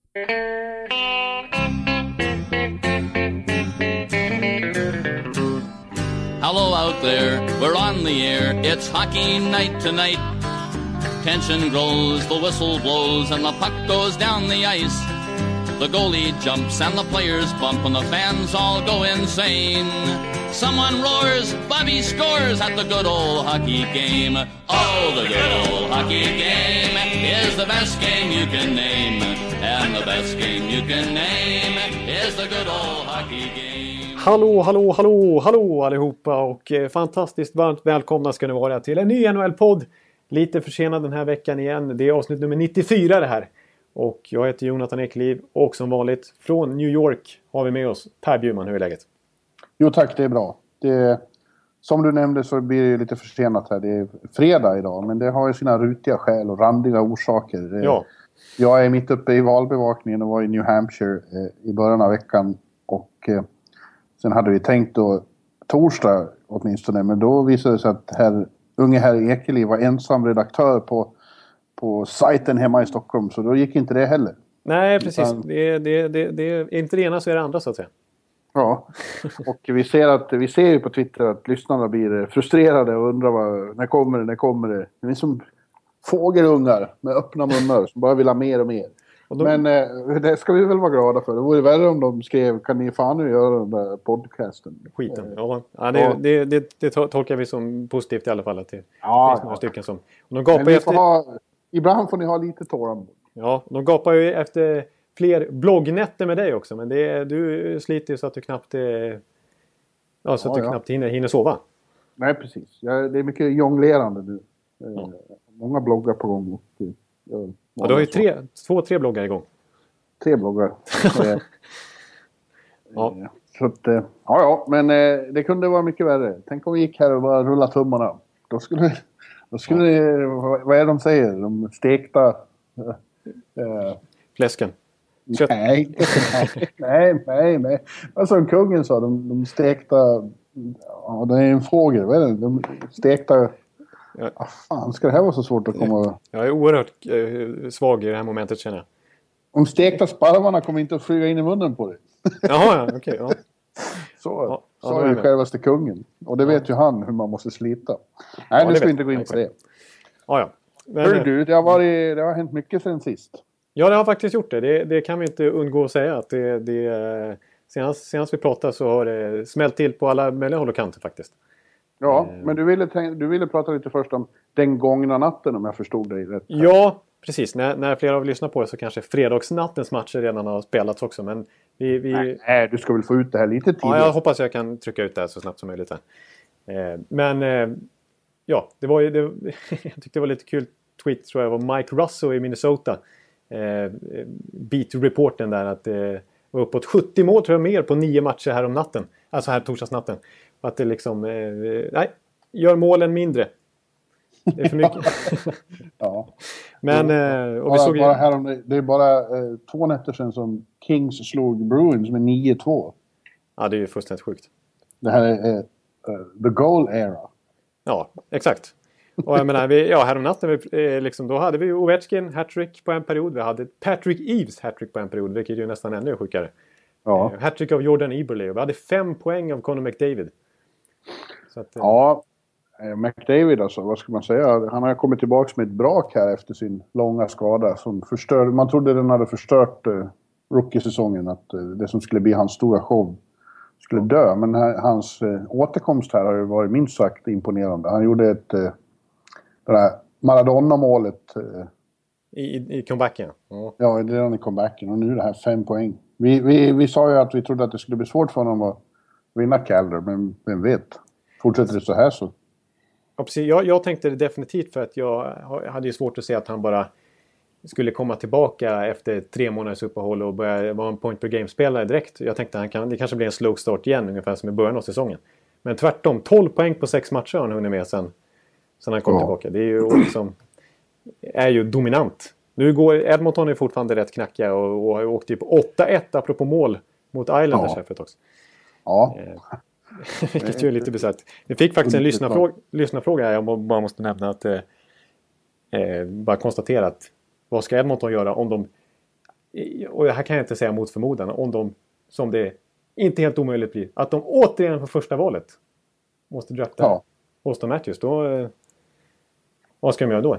Hello out there, we're on the air, it's hockey night tonight. Tension grows, the whistle blows, and the puck goes down the ice. The goalie jumps and the players bump and the fans all go insane. Someone roars, Bobby scores at the good old hockey game. Oh, the good old hockey game is the best game you can name. And the best game you can name is the good old hockey game. Hallå allihopa och fantastiskt varmt välkomna ska ni vara till en ny NHL-podd. Lite försenad den här veckan igen. Det är avsnitt nummer 94 det här. Och jag heter Jonathan Ekliv och som vanligt från New York har vi med oss Per Bjurman. Hur är läget? Jo tack, det är bra. Som du nämnde så blir det lite försenat här. Det är fredag idag, men det har ju sina rutiga skäl och randiga orsaker. Ja. Jag är mitt uppe i valbevakningen och var i New Hampshire i början av veckan. Och sen hade vi tänkt då torsdag åtminstone, men då visade det sig att unge herr Ekeliv var ensam redaktör på sajten hemma i Stockholm, så då gick inte det heller. Nej, precis. Det är inte det ena så är det andra så att säga. Ja, och vi ser ju på Twitter att lyssnarna blir frustrerade och undrar när kommer det? Det är som fågelungar med öppna munnar som bara vill ha mer och mer. Men det ska vi väl vara glada för. Det vore värre om de skrev, kan ni fan nu göra den där podcasten? Skiten, ja. Det tolkar vi som positivt i alla fall. Att det finns några stycken som... De gapar efter... Ibland får ni ha lite tålamod. Ja, de gapar ju efter fler bloggnätter med dig också. Men du sliter ju så att du knappt, knappt hinner sova. Nej, precis. Det är mycket jonglerande nu. Många bloggar på gång. Och du har ju 2-3 bloggar igång. 3 bloggar. Ja. Så att, men det kunde vara mycket värre. Tänk om vi gick här och bara rulla tummarna. Då skulle det, vad är det de säger? De stekta... Fläsken. Nej. Alltså kungen sa, de stekta... Ja, det är en fågel. Vad är det? De stekta... Ja. Fan, ska det här vara så svårt att komma... Jag är oerhört svag i det här momentet känner jag. De stekta sparvarna kommer inte att flyga in i munnen på dig. Jaha, okej. Ja. Så är ju självaste kungen. Och det vet ju han hur man måste slita. Nej, nu ska vi inte gå in på det. Ja. Hör du, det har hänt mycket sen sist. Ja, det har faktiskt gjort det. Det kan vi inte undgå att säga. Att senast vi pratade så har det smält till på alla möjliga håll och kanter faktiskt. Ja, men du ville prata lite först om den gångna natten om jag förstod dig rätt. Ja, precis. När flera av er lyssnar på det så kanske fredagsnattens matcher redan har spelats också. Men Nej, du ska väl få ut det här lite tidigt. Ja, jag hoppas jag kan trycka ut det här så snabbt som möjligt. Jag tyckte det var lite kul tweet tror jag var Mike Russo i Minnesota. Beat-reporten där att det var uppåt 70 mål tror jag mer på 9 matcher här om natten. Alltså här torsdagsnatten. Att det liksom, gör målen mindre. Det är för mycket. Ja. Men, och vi såg ju... det är bara 2 nätter sedan som Kings slog Bruins med 9-2. Ja, det är ju fullständigt sjukt. Det här är the goal era. Ja, exakt. Och jag menar, härom natten då hade vi Ovechkin hattrick på en period. Vi hade Patrick Eaves hattrick på en period, vilket är ju nästan ännu sjukare. Ja. Hattrick av Jordan Eberle. Och vi hade 5 poäng av Connor McDavid. Så att, ja, McDavid alltså, vad ska man säga? Han har kommit tillbaka med ett brak här efter sin långa skada som förstörde. Man trodde den hade förstört rookie-säsongen, att det som skulle bli hans stora show skulle dö. Men hans återkomst här har ju varit minst sagt imponerande. Han gjorde det där Maradona-målet. I comebacken? Ja, redan i comebacken. Och nu är det här 5 poäng. Vi sa ju att vi trodde att det skulle bli svårt för honom att vinna Calder, men vem vet? Fortsätter det så här så. Ja, precis. Jag tänkte det definitivt för att jag hade ju svårt att se att han bara skulle komma tillbaka efter 3 månaders uppehåll och börja vara en point per game-spelare direkt. Jag tänkte att det kanske blir en slow start igen, ungefär som i början av säsongen. Men tvärtom, 12 poäng på 6 matcher har han hunnit med sen han kom tillbaka. Det är ju liksom, är ju dominant. Nu går Edmonton är fortfarande rätt knackiga och åkte ju på 8-1 apropå mål mot Islanders här för ett tag. Ja. Vilket ju är lite besatt. Vi fick faktiskt en lyssnarfråga här. Jag bara måste nämna att bara konstatera att vad ska Edmonton göra om de och här kan jag inte säga mot förmodan, om de, som det inte helt omöjligt blir, att de återigen på första valet måste drafta Auston Matthews, då vad ska de göra då?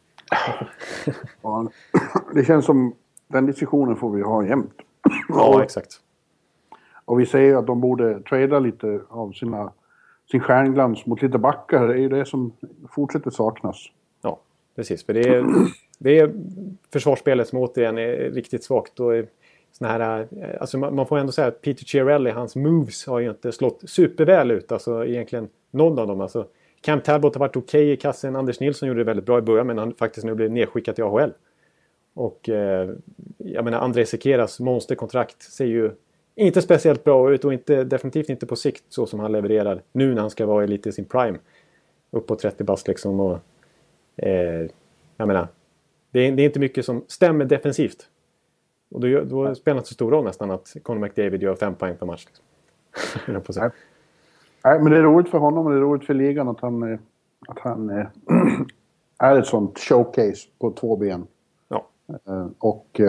Ja, det känns som den diskussionen får vi ha jämt. Ja, exakt. Och vi säger att de borde trada lite av sin stjärnglans mot lite backar. Det är ju det som fortsätter saknas. Ja, precis. För det är försvarsspelet som återigen är riktigt svagt. Och såna här, alltså man får ändå säga att Peter Chiarelli, hans moves har ju inte slått superväl ut. Alltså egentligen någon av dem. Alltså, Cam Talbot har varit okej i kassen. Anders Nilsson gjorde det väldigt bra i början, men han faktiskt nu blev nedskickad till AHL. Och jag menar, André Sekeras monsterkontrakt ser ju inte speciellt bra ut, och definitivt inte på sikt så som han levererar nu när han ska vara lite i sin prime. Upp på 30 bast liksom. Och, jag menar, det är inte mycket som stämmer defensivt. Och då spelar det inte så stor roll nästan att Conor McDavid gör 5 poäng per match. Liksom. Nej, men det är roligt för honom och det är roligt för ligan att han är ett sånt showcase på 2 ben. Ja. Och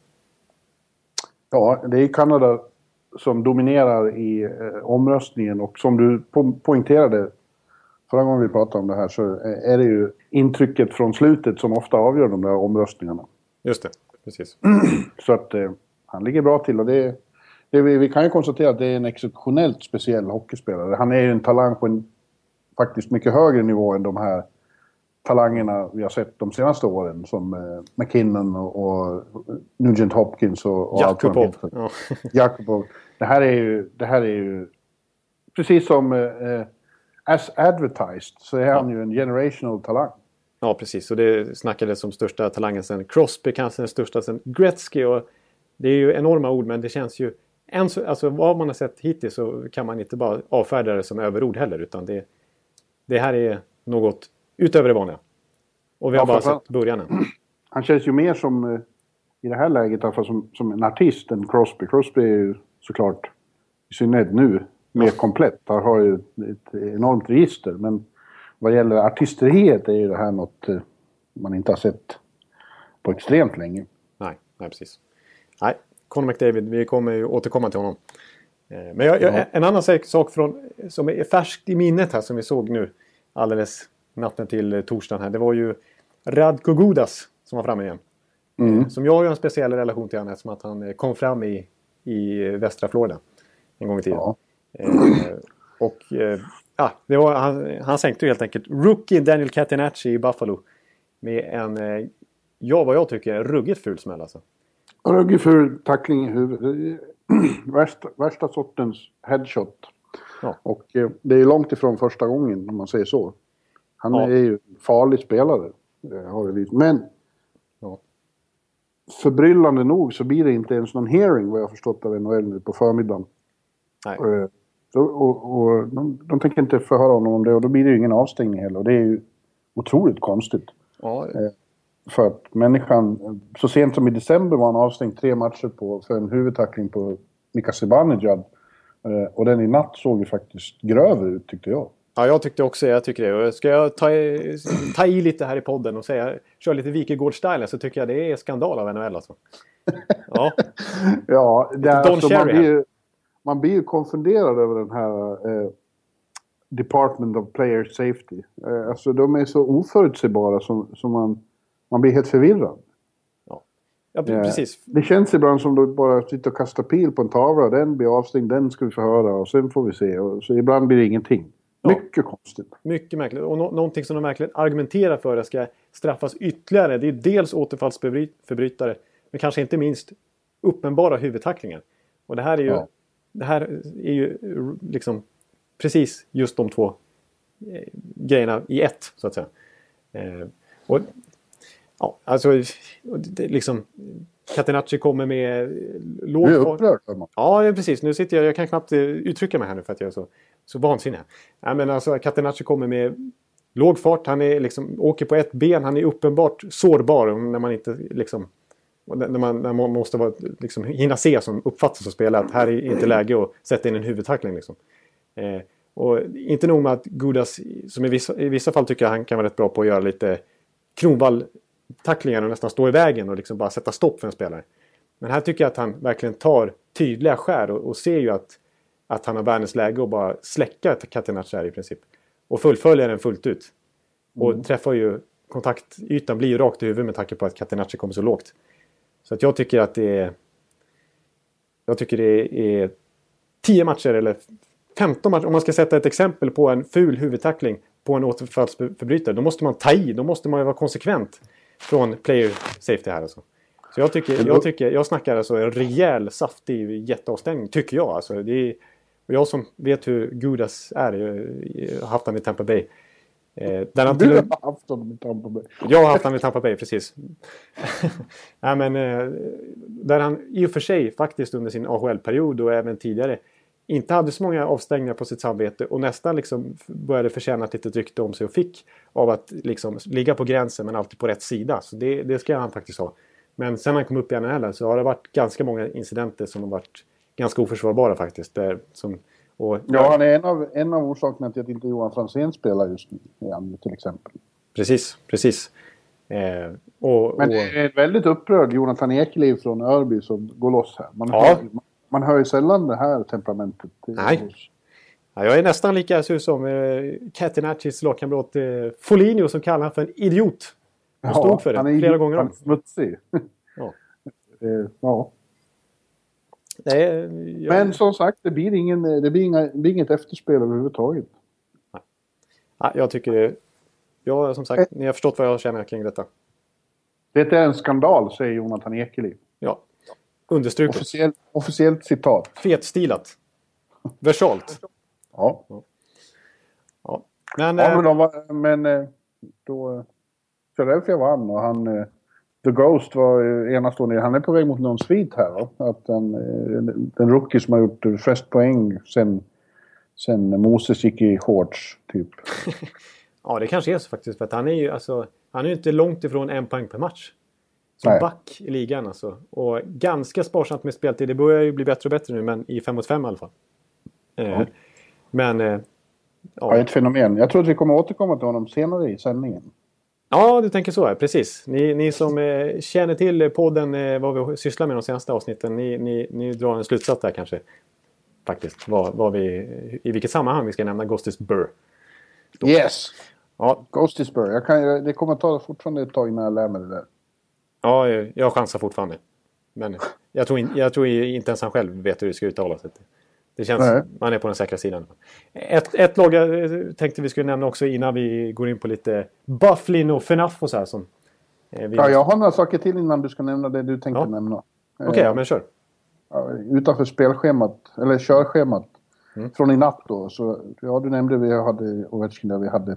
ja, det är Kanada som dominerar i omröstningen, och som du poängterade förra gången vi pratade om det här, så är det ju intrycket från slutet som ofta avgör de där omröstningarna. Just det, precis. Så att han ligger bra till, och vi kan ju konstatera att det är en exceptionellt speciell hockeyspelare. Han är ju en talang på en faktiskt mycket högre nivå än de här talangerna vi har sett de senaste åren, som McKinnon och Nugent Hopkins och Jakubov. Jakubov. Det här är ju precis som as advertised, så är han ju en generational talang. Ja, precis. Och det snackades som största talangen sen Crosby, kanske den största sen Gretzky. Och det är ju enorma ord, men det känns ju... Alltså vad man har sett hittills så kan man inte bara avfärda det som överord heller, utan det här är något utöver det vanliga. Och vi har bara sett början. Han känns ju mer som, i det här läget, som en artist än Crosby. Crosby är ju såklart, i synnerhet nu, mer komplett. Han har ju ett enormt register, men vad gäller artisteriet är ju det här något man inte har sett på extremt länge. Nej, precis. Nej, Conor McDavid, vi kommer ju återkomma till honom. Men en annan sak som är färskt i minnet här, som vi såg nu alldeles natten till torsdagen här, det var ju Radko Gudas som var framme igen. Som jag har ju en speciell relation till honom, eftersom att han kom fram i västra Florida en gång i tiden. Ja. Han sänkte ju helt enkelt rookie Daniel Catenacci i Buffalo med en, vad jag tycker är ruggigt ful smäll alltså. Ruggigt ful tackling i huvudet. Värsta sortens headshot. Ja. Och det är långt ifrån första gången, om man säger så. Han är ju farlig spelare. Men förbryllande nog så blir det inte ens någon hearing, vad jag har förstått av NHL nu på förmiddagen. Nej. Och de tänker inte förhöra honom om det, och då blir det ju ingen avstängning heller. Och det är ju otroligt konstigt. Ja. För att människan, så sent som i december var han avstängd 3 matcher för en huvudtackling på Mika Zibanejad. Och den i natt såg ju faktiskt grövre ut, tyckte jag. Ja, jag tycker det. Och ska jag ta i lite här i podden och köra lite Wikegård-style, så tycker jag det är skandal av NHL alltså. Ja, ja, alltså, man blir ju konfunderad över den här Department of Player Safety. Alltså de är så oförutsägbara som man blir helt förvirrad. Ja, precis. Det känns ibland som att bara sitta och kasta pil på en tavla. Den blir avstängd, den ska vi förhöra och sen får vi se. Och så ibland blir det ingenting. Mycket konstigt. Mycket märkligt. Och någonting som de verkligen argumenterar för att ska straffas ytterligare. Det är dels återfallsförbrytare, men kanske inte minst uppenbara huvudtacklingar. Och det här är ju liksom precis just de 2 grejerna i ett, så att säga. Och ja, alltså liksom Catenacci kommer med låg fart. Du är upprörd. Ja, precis. Nu sitter jag kan knappt uttrycka mig här nu för att jag är så vansinnig. Ja, men alltså Catenacci kommer med låg fart, han är liksom åker på ett ben, han är uppenbart sårbar när man inte liksom när man måste vara liksom hinna se som uppfattas som spelare att här är inte läge att sätta in en huvudtackling liksom. Och inte nog med att Gudas, som i vissa fall tycker jag han kan vara rätt bra på att göra lite kronvalltacklingar och nästan stå i vägen och liksom bara sätta stopp för en spelare. Men här tycker jag att han verkligen tar tydliga skär och ser ju att han har världens läge och bara släcka Catenacci här i princip. Och fullföljer den fullt ut. Och träffar ju kontaktytan, blir ju rakt i huvudet med tanke på att Catenacci kommer så lågt. Så att jag tycker att det är 10 matcher eller 15 matcher. Om man ska sätta ett exempel på en ful huvudtackling på en återfallsförbrytare, då måste man ta i, då måste man ju vara konsekvent från player safety här alltså. Så jag snackar alltså en rejäl saftig jätteavstängning, tycker jag alltså. Det är, och jag som vet hur Gudas är, jag har haft han i Tampa Bay. Där han Du har haft honom i Tampa Bay. Jag har haft han i Tampa Bay, precis. Nej, men där han i och för sig faktiskt under sin AHL-period och även tidigare inte hade så många avstängningar på sitt samvete och nästan liksom började förtjäna ett litet rykte om sig och fick av att liksom ligga på gränsen men alltid på rätt sida. Så det ska han faktiskt ha. Men sen han kom upp i NHL så har det varit ganska många incidenter som har varit ganska oförsvarbara faktiskt. Han är en av orsakerna till att inte Johan Franzén spelar just nu igen, till exempel. Precis. Men det är väldigt upprörd Jonathan Ekeliv från Örby som går loss här. Man hör ju sällan det här temperamentet. Nej. Ja, jag är nästan lika sur som Catenaccis lagkamrat Foligno som kallar han för en idiot. Och stod för det flera gånger om. Han är smutsig. Ja. Ja. Nej, Men som sagt, det blir inget efterspel överhuvudtaget. Nej, jag tycker som sagt, ni har förstått vad jag känner kring detta. Det är en skandal, säger Jonathan Ekeliv. Ja, understruket. Officiellt citat. Fetstilat. Versalt. Ja. Men då Philadelphia vann och han The Ghost var enastående. Han är på väg mot någon svit här. Va? Att den rookie som har gjort flest poäng sen Moses gick i shorts typ. Ja, det kanske är så faktiskt. För att han är ju inte långt ifrån 1 poäng per match. Som back i ligan alltså. Och ganska sparsamt med speltid. Det börjar ju bli bättre och bättre nu, men i 5-mot-5 i alla fall. Men... Ja, ett fenomen. Jag tror att vi kommer återkomma till honom senare i sändningen. Ja, du tänker så. Precis. Ni som känner till podden, vad vi sysslar med de senaste avsnitten, ni drar en slutsats där kanske. Faktiskt. I vilket sammanhang vi ska nämna Ghostis Burr. Yes! Ja. Ghostis Burr. Det kommer ta fortfarande ett tag innan jag lär mig det där. Ja, jag chansar fortfarande. Men jag tror inte ens han själv vet hur det ska uttalas. Det känns man är på den säkra sidan. Ett lag jag tänkte vi skulle nämna också innan vi går in på lite Bufflin och FNAF och så här. Jag har några saker till innan du ska nämna det du tänkte nämna. Okej, men kör. Utanför spelschemat, eller körschemat. Från i natt då. Så, du nämnde vi hade Ovechkin där vi hade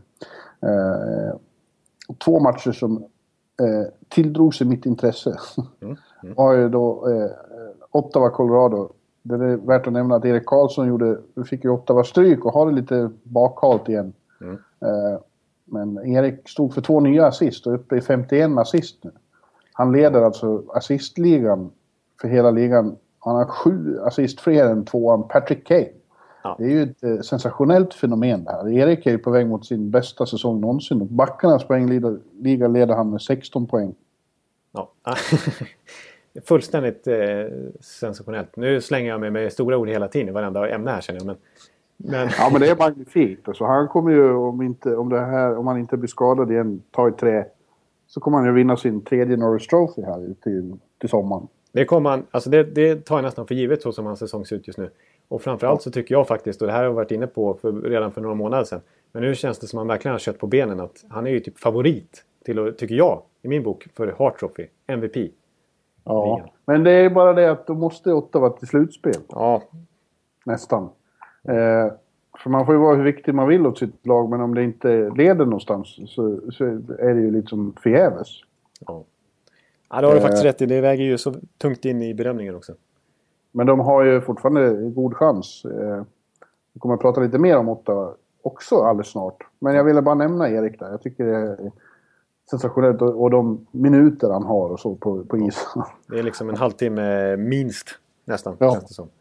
2 matcher som tilldrog sig mitt intresse. Och då Ottawa, Colorado. Det är värt att nämna att Erik Karlsson fick ju Ottawa stryk och har det lite bakhalt igen. Men Erik stod för 2 nya assist och uppe i 51 assist nu. Han leder alltså assistligan för hela ligan. Han har 7 assist fler än 2an Patrick Kane. Ja. Det är ju ett sensationellt fenomen det här. Erik är ju på väg mot sin bästa säsong någonsin. Och backarnas poängliga leder han med 16 poäng. Ja. Fullständigt sensationellt. Nu slänger jag mig med stora ord hela tiden i varenda ämne här känner jag. Men... Ja, men det är magnifikt. Alltså, han kommer ju, om han inte blir skadad igen, tar i 3, så kommer han ju vinna sin 3:e Norris Trophy här till sommaren. Det kommer han, alltså det tar jag nästan för givet så som hans säsong ser ut just nu. Och framförallt så tycker jag faktiskt, och det här har jag varit inne på redan för några månader sedan, men nu känns det som att han verkligen har kött på benen att han är ju typ favorit till, tycker jag, i min bok, för Hart Trophy, MVP. Ja, men det är bara det att då måste Ottawa till slutspel. Ja. Nästan. För man får ju vara hur viktig man vill åt sitt lag, men om det inte leder någonstans så är det ju liksom förgäves. Ja, det har du faktiskt rätt i. Det väger ju så tungt in i bedömningen också. Men de har ju fortfarande god chans. Vi kommer att prata lite mer om Ottawa också alldeles snart. Men jag ville bara nämna Erik där. Jag tycker det är sensationellt och de minuter han har och så på isen. Det är liksom en halvtimme minst nästan. Ja,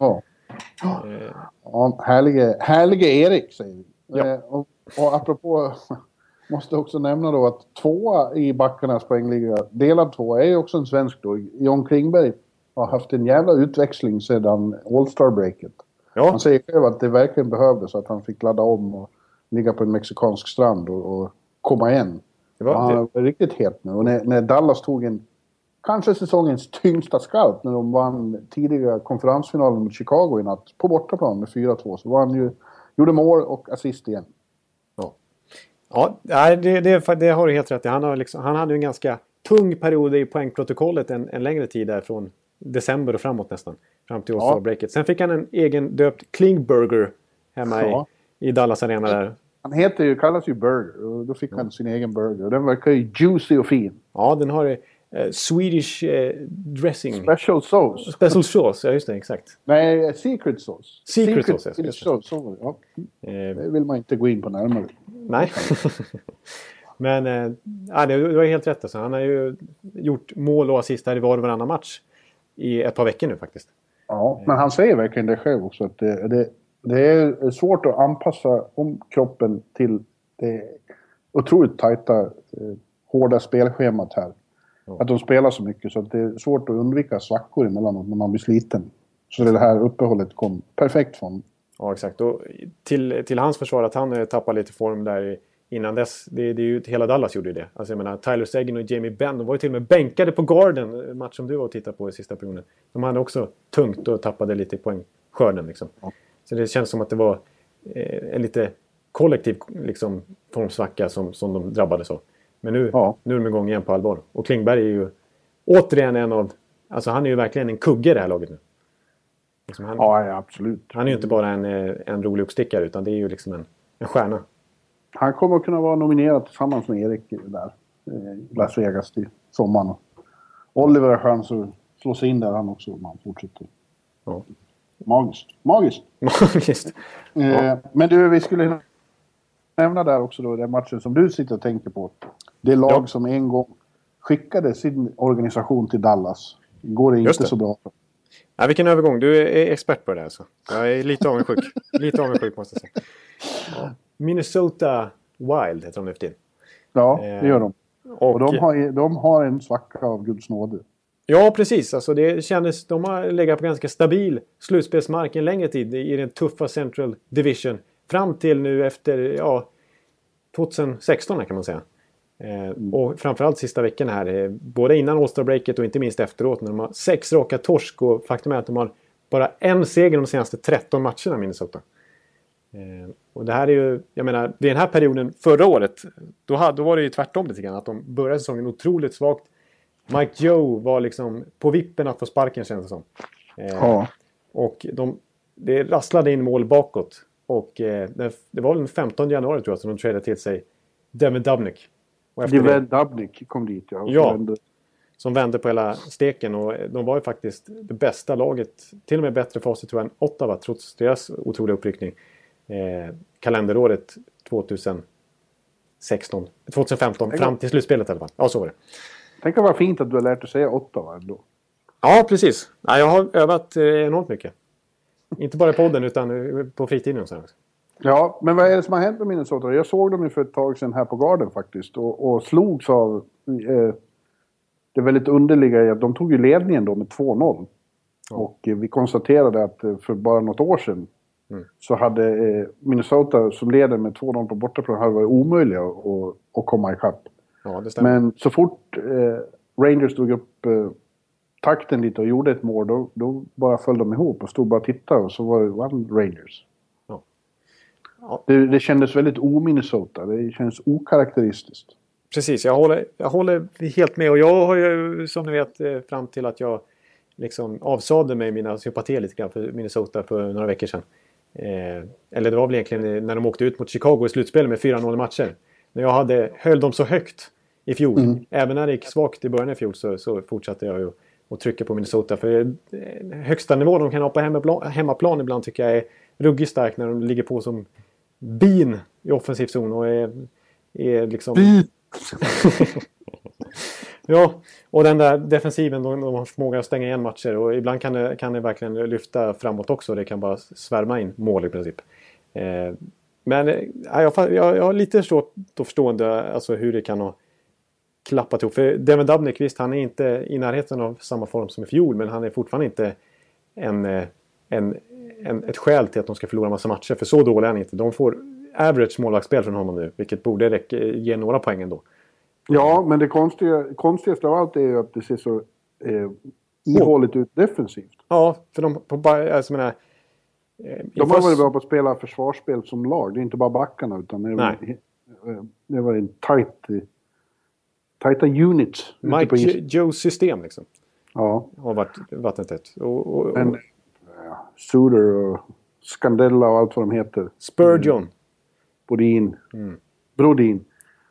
ja, härlige Erik säger vi. Ja. Och apropå måste också nämna då att 2 i backarnas poängliga, delad 2 är ju också en svensk då, John Klingberg. har haft en jävla utväxling sedan All-Star-breaket. Ja. Han säger själv att det verkligen behövdes att han fick ladda om och ligga på en mexikansk strand och komma igen. Han var riktigt het nu. Och när Dallas tog en kanske säsongens tyngsta skalp när de vann tidiga konferensfinalen mot Chicago i natt på bortaplan med 4-2, så var han ju, gjorde mål och assist igen. Ja, det har du helt rätt i. Han hade en ganska tung period i poängprotokollet en längre tid där från december och framåt nästan. Fram till All-Star-breaket. Sen fick han en egen döpt Klingburger hemma i Dallas Arena där. Han kallas ju Burger, och då fick han sin egen burger. Den verkar ju juicy och fin. Ja, den har Swedish dressing. Special sauce. Special sauce, ja just det, exakt. Nej, secret sauce. Secret sauce, ja. Det vill man inte gå in på närmare. Nej. Men du har helt rätt. Alltså. Han har ju gjort mål och assist här i var och varannan match i ett par veckor nu faktiskt. Ja, men han säger verkligen det själv också. Att det är svårt att anpassa om kroppen till det otroligt tajta, hårda spelschemat här. Ja. Att de spelar så mycket så att det är svårt att undvika svackor emellanåt när man blir sliten. Så det här uppehållet kom perfekt från. Ja, exakt. Och till hans försvar att han tappade lite form där innan dess. Det är ju hela Dallas gjorde ju det. Alltså jag menar, Tyler Seguin och Jamie Benn, de var ju till och med bänkade på Garden, match som du var och tittade på i sista perioden. De hade också tungt och tappade lite poängskörden liksom. Ja. Så det känns som att det var en lite kollektiv liksom, formsvacka som de drabbades av. Men nu är de igång igen på allvar. Och Klingberg är ju återigen alltså han är ju verkligen en kugge i det här laget nu. Liksom ja, absolut. Han är ju inte bara en rolig uppstickare utan det är ju liksom en stjärna. Han kommer att kunna vara nominerad tillsammans med Erik där i Las Vegas till sommaren. Oliver har chans att slå sig in där han också om han fortsätter. Ja. Magiskt. Men du, vi skulle nämna där också då den matchen som du sitter och tänker på. Det lag som en gång skickade sin organisation till Dallas. Går det inte så bra. Ja, vilken övergång. Du är expert på det alltså. Jag är lite avundsjuk. Lite måste jag säga. Ja. Minnesota Wild heter de efter det. Ja, det gör de. Och de har en svacka av Guds nåde. Ja, precis. Alltså det kändes, de har legat på ganska stabil slutspelsmark en längre tid i den tuffa Central Division. Fram till nu efter 2016 kan man säga. Och framförallt sista veckan här. Både innan All-Star-breaket och inte minst efteråt. När de har 6 raka torsk. Och faktum är att de har bara en seger de senaste 13 matcherna Minnesota. Och det här är ju, jag menar, den här perioden förra året. Då var det ju tvärtom lite grann. Att de började säsongen otroligt svagt. Mike Joe var liksom på vippen att få sparken känns det som. Och det rasslade in mål bakåt. Och det var den 15 januari tror jag som de tradade till sig Devin Dubnyk. Devin Dubnyk kom dit som vände på hela steken. Och de var ju faktiskt det bästa laget. Till och med bättre facit tror jag än Ottawa trots deras otroliga uppryckning. Kalenderåret 2015 fram till slutspelet i alla fall. Ja, så var det. Tänk att vara fint att du har lärt dig säga Ottawa ändå. Ja, precis. Ja, jag har övat enormt mycket. Inte bara i podden utan på fritiden och så också. Ja, men vad är det som har hänt med Minnesota? Jag såg dem ju för ett tag sedan här på Garden faktiskt. Och slogs av det väldigt underliga i att de tog ju ledningen då med 2-0. Ja. Och vi konstaterade att för bara något år sedan så hade Minnesota som leder med 2-0 på bortaplan hade varit omöjliga att komma ikapp. Ja, det stämmer. Men så fort Rangers drog upp takten lite och gjorde ett mål då bara föll de ihop och stod bara och tittade och så var det Rangers. Ja. Ja. Det kändes väldigt o-Minnesota. Det kändes okaraktäristiskt. Precis, jag håller helt med och jag har ju som ni vet fram till att jag liksom avsade mig mina sympatier lite grann för Minnesota för några veckor sedan. Eller det var väl egentligen när de åkte ut mot Chicago i slutspelet med 4-0 matcher. När jag höll dem så högt i fjol. Även när det gick svagt i början i fjol så fortsatte jag ju att trycka på Minnesota. För högsta nivå de kan ha på hemmaplan ibland tycker jag är ruggigt stark när de ligger på som bin i offensiv zon och är liksom... Ja, och den där defensiven de har förmåga att stänga igen matcher och ibland kan det verkligen lyfta framåt också. Det kan bara svärma in mål i princip. Men jag har lite svårt att förstå alltså hur det kan ha klappat ihop. För Devin Dubnyk, visst, han är inte i närheten av samma form som i fjol, men han är fortfarande inte ett skäl till att de ska förlora massa matcher. För så dålig är han inte. De får average målvaktsspel från honom nu, vilket borde ge några poäng ändå. Ja, men det konstigaste av allt är ju att det ser så ihåligt ut defensivt. Ja, för de de har varit bra på att spela försvarsspel som lag. Det är inte bara backarna, utan det var en tajta units. Mike Joes system liksom. Ja. Har varit vattentätt. Men Suter och Scandella och allt vad de heter. Spurgeon. Brodin. Brodin.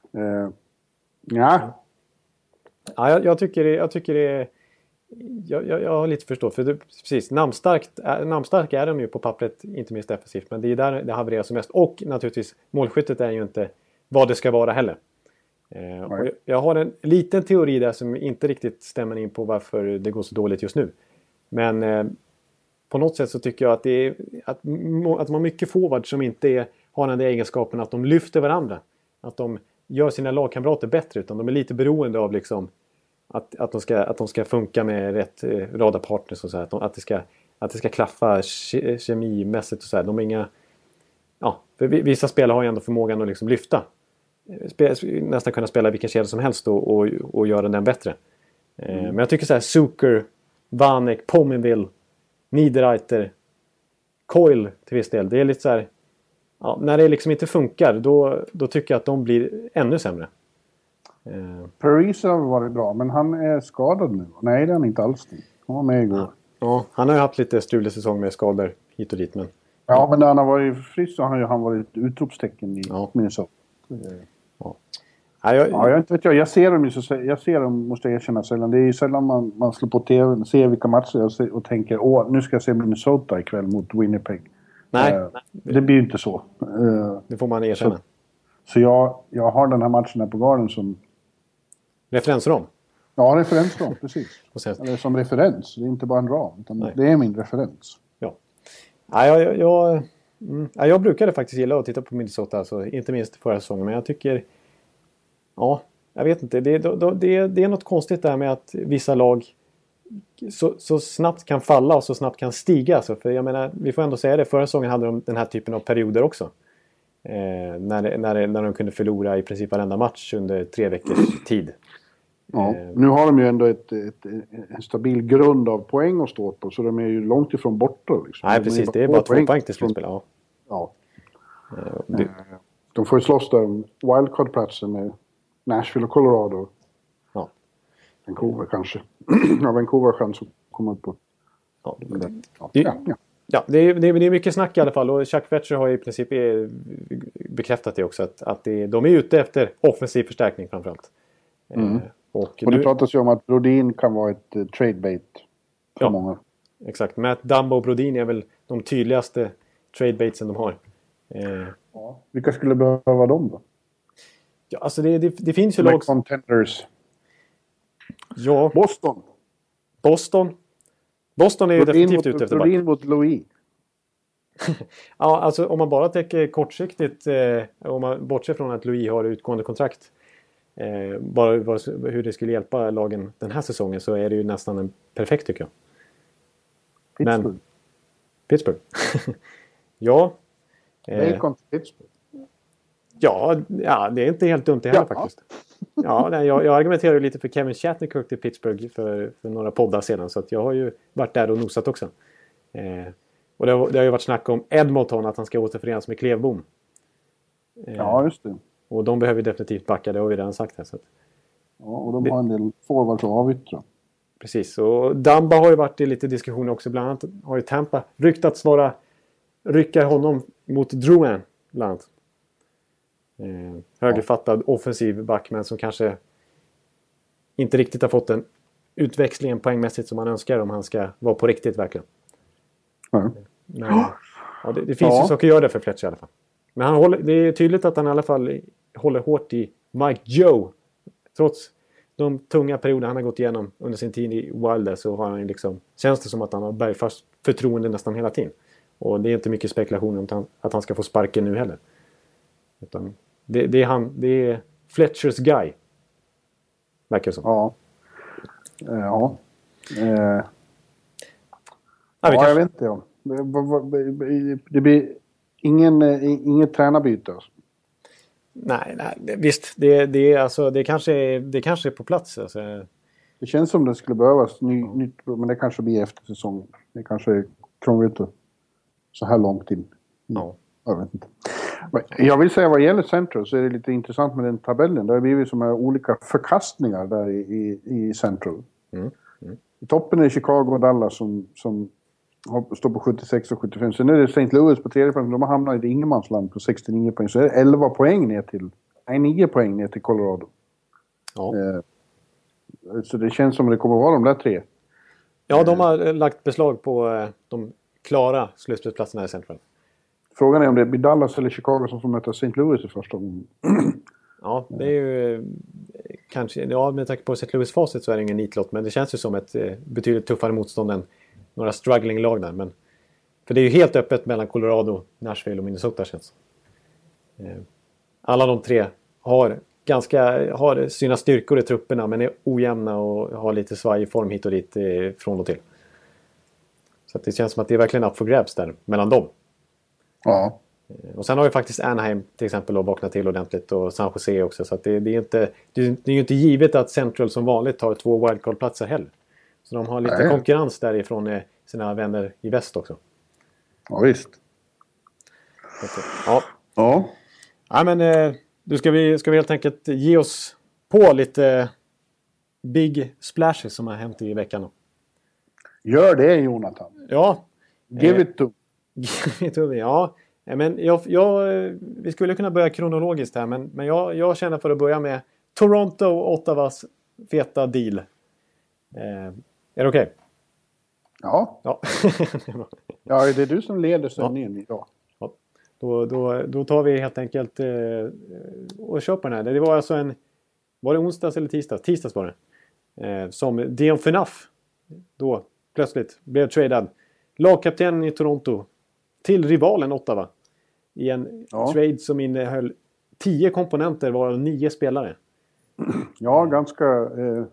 Ja. Ja, jag tycker det är... Jag har lite förstått. För precis, namnstark är de ju på pappret, inte minst defensivt. Men det är där det havererar som mest. Och naturligtvis, målskyttet är ju inte vad det ska vara heller. Och jag har en liten teori där som inte riktigt stämmer in på varför det går så dåligt just nu. Men på något sätt så tycker jag att det är att man har mycket forward som inte har den där egenskapen att de lyfter varandra. Att de gör sina lagkamrater bättre, utan de är lite beroende av liksom att de ska funka med rätt radarpartners och så här. Att det ska klaffa kemimässigt och så här. De är inga... Ja, för vissa spelare har ju ändå förmågan att liksom lyfta. Nästan kunna spela vilken kedja som helst och göra den bättre. Men jag tycker så här, Zucker, Vanek, Pominville, Niederreiter, Coyle till viss del. Det är lite så här... Ja, när det liksom inte funkar, då tycker jag att de blir ännu sämre. Paris har varit bra, men han är skadad nu. Nej, det är han inte alls. Han var med igår. Ja, han har ju haft lite strulig säsong med skador hit och dit. Men... Ja, men när han har varit frisk så har han varit ett utropstecken i Minnesota. Jag inte vet jag ser dem ju jag ser dem, måste jag erkänna, sällan. Det är ju sällan man slår på tv, ser vilka matcher och tänker, nu ska jag se Minnesota ikväll mot Winnipeg. Nej. Det blir ju inte så. Det får man erkänna. Så jag har den här matchen här på Garden som... Referensram? Ja, referensram, precis. Eller som referens. Det är inte bara en ram, utan det är min referens. Ja. Jag brukade faktiskt gilla att titta på Minnesota, alltså, inte minst förra säsongen. Men jag tycker... Ja, jag vet inte. Det är något konstigt där med att vissa lag så snabbt kan falla och så snabbt kan stiga. Alltså, för jag menar, vi får ändå säga det. Förra säsongen hade de den här typen av perioder också. När de kunde förlora i princip varenda match under 3 veckors tid. Ja, nu har de ju ändå en stabil grund av poäng att stå på. Så de är ju långt ifrån borta. Liksom. Nej, precis. Det är bara 2 poäng till slutspel. Ja. De får ju slåss där om wildcard-platsen med Nashville och Colorado. Ja. Vancouver kanske. Vancouver har chans att komma upp på. Ja, det är mycket snack i alla fall. Och Chuck Fletcher har i princip bekräftat det också. Att de är ute efter offensiv förstärkning framförallt. Och det pratas ju om att Brodin kan vara ett trade bait för många. Exakt. Matt Dumba och Brodin är väl de tydligaste trade baitsen de har. Vilka skulle behöva dem då? Ja, alltså det finns ju lag... Contenders. Ja. Boston är ju definitivt ute efter Brodin mot Louis. Ja, alltså om man bara tänker kortsiktigt, om man bortser från att Louis har utgående kontrakt, bara hur det skulle hjälpa lagen den här säsongen, så är det ju nästan en perfekt, tycker jag. Pittsburgh. Ja. Bacon till Pittsburgh. Ja, det är inte helt dumt det heller faktiskt. Ja, jag argumenterade lite för Kevin Shattenkirk till Pittsburgh för några poddar sedan, så att jag har ju varit där och nosat också. Och det har ju varit snack om Edmonton, att han ska återförenas med Klevbom. Ja, just det. Och de behöver definitivt backa, det har vi redan sagt här. Så att... Ja, och de har en del forwards att avyttra. Precis, och Dumba har ju varit i lite diskussioner också. Bland annat har ju Tampa ryktats rycka honom mot Drouin, bland annat. Högerfattad offensiv backman som kanske inte riktigt har fått den utväxlingen poängmässigt som man önskar om han ska vara på riktigt verkligen. Men, det finns ju saker att göra det för Fletcher i alla fall. Men det är tydligt att han i alla fall håller hårt i Mike Joe. Trots de tunga perioder han har gått igenom under sin tid i Wilder, så har han liksom, känns det som att han har bergfast förtroende nästan hela tiden. Och det är inte mycket spekulation om att han ska få sparken nu heller. Utan det är Fletchers guy. verkar det som. Ja. Jag vet inte. Ja. Det blir inget tränarbyte. Alltså. Nej, visst. Det kanske är på plats. Alltså. Det känns som det skulle behövas nytt, men det kanske blir efter säsongen. Det kanske är krångligt så här långt in. Ja. Jag vet inte. Jag vill säga vad gäller Central så är det lite intressant med den tabellen. Det har blivit som olika förkastningar där i Central. I toppen är Chicago och Dallas som står på 76 och 75. Sen är det St. Louis på tredje plats. De har hamnat i ingenmansland på 69 poäng. Så är det 11 poäng ner till... Nej, 9 poäng ner till Colorado. Ja. Så det känns som att det kommer att vara de där 3. Ja, de har lagt beslag på de klara slutspelsplatserna i Central. Frågan är om det blir Dallas eller Chicago som får möta St. Louis i första gången. Ja, det är ju kanske... Ja, med tanke på St. Louis-facit så är det ingen nitlott. Men det känns ju som ett betydligt tuffare motstånd än några struggling-lag där. Men, för det är ju helt öppet mellan Colorado, Nashville och Minnesota känns. Alla de 3 har sina styrkor i trupperna men är ojämna och har lite svaj i form hit och dit från och till. Så att det känns som att det är verkligen up for grabs där mellan dem. Ja. Och sen har ju faktiskt Anaheim till exempel att vakna till ordentligt och San Jose också. Så att det är ju inte givet att Central som vanligt tar 2 wildcard-platser heller. Så de har lite konkurrens därifrån sina vänner i väst också. Ja, visst. Ja, men du ska vi helt enkelt ge oss på lite big splashes som har hänt i veckan då. Gör det, Jonathan. Ja. Give it to. Ja. Men vi skulle kunna börja kronologiskt här. Men jag känner för att börja med Toronto och Ottawas feta deal. Är det okej? Ja. Ja. Ja, det är du som leder sändningen idag. Ja. Då tar vi helt enkelt och kör på den här. Det var alltså var det onsdags eller tisdags? Tisdags var det. Som Dion Phaneuf då plötsligt blev tradad. Lagkapten i Toronto till rivalen Ottawa. I en trade som innehöll 10 komponenter varav 9 spelare. Ja, ganska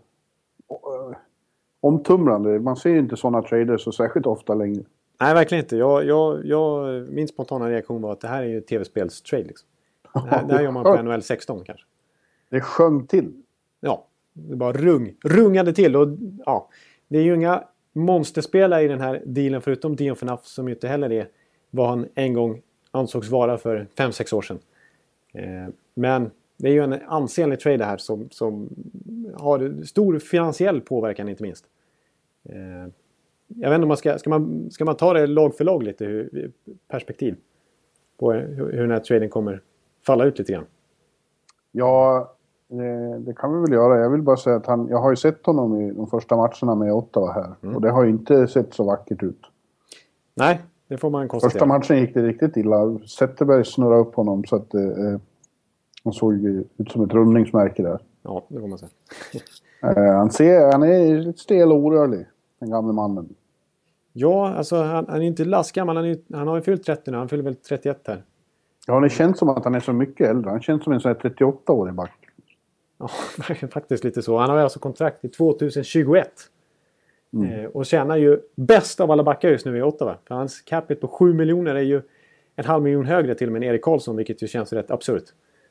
omtumlande. Man ser ju inte sådana traders så särskilt ofta längre. Nej, verkligen inte. Min spontana reaktion var att det här är ju tv-spels-trade. Liksom. Det här gör man på NHL 16 kanske. Det sjöng till. Ja, det bara rungade till. Och, ja, det är ju inga monsterspelare i den här dealen förutom Dion Phaneuf som ju inte heller är vad han en gång ansågs vara för 5-6 år sedan. Men det är ju en ansenlig trade här som har stor finansiell påverkan inte minst. Jag vet inte om ska man ta det lag för lag lite perspektiv på hur den här traden kommer falla ut lite grann. Ja, det kan vi väl göra. Jag vill bara säga att jag har ju sett honom i de första matcherna med Ottawa här. Och det har ju inte sett så vackert ut. Nej, det får man konstatera. Första matchen gick det riktigt illa. Zetterberg snurrade upp honom så att han såg ut som ett rundningsmärke där. Ja, det får man säga. Han är lite stel och orörlig, den gamla mannen. Ja, alltså han är inte lastgammal. Han har ju fyllt 30 nu. Han fyller väl 31 här. Ja, det känns som att han är så mycket äldre. Han känns som en sån här 38-årig back. Ja, faktiskt lite så. Han har alltså kontrakt i 2021. Och tjänar ju bäst av alla backar just nu i Ottawa. För hans capita på 7 miljoner är ju 500 000 högre till och med Erik Karlsson, vilket ju känns rätt absurt.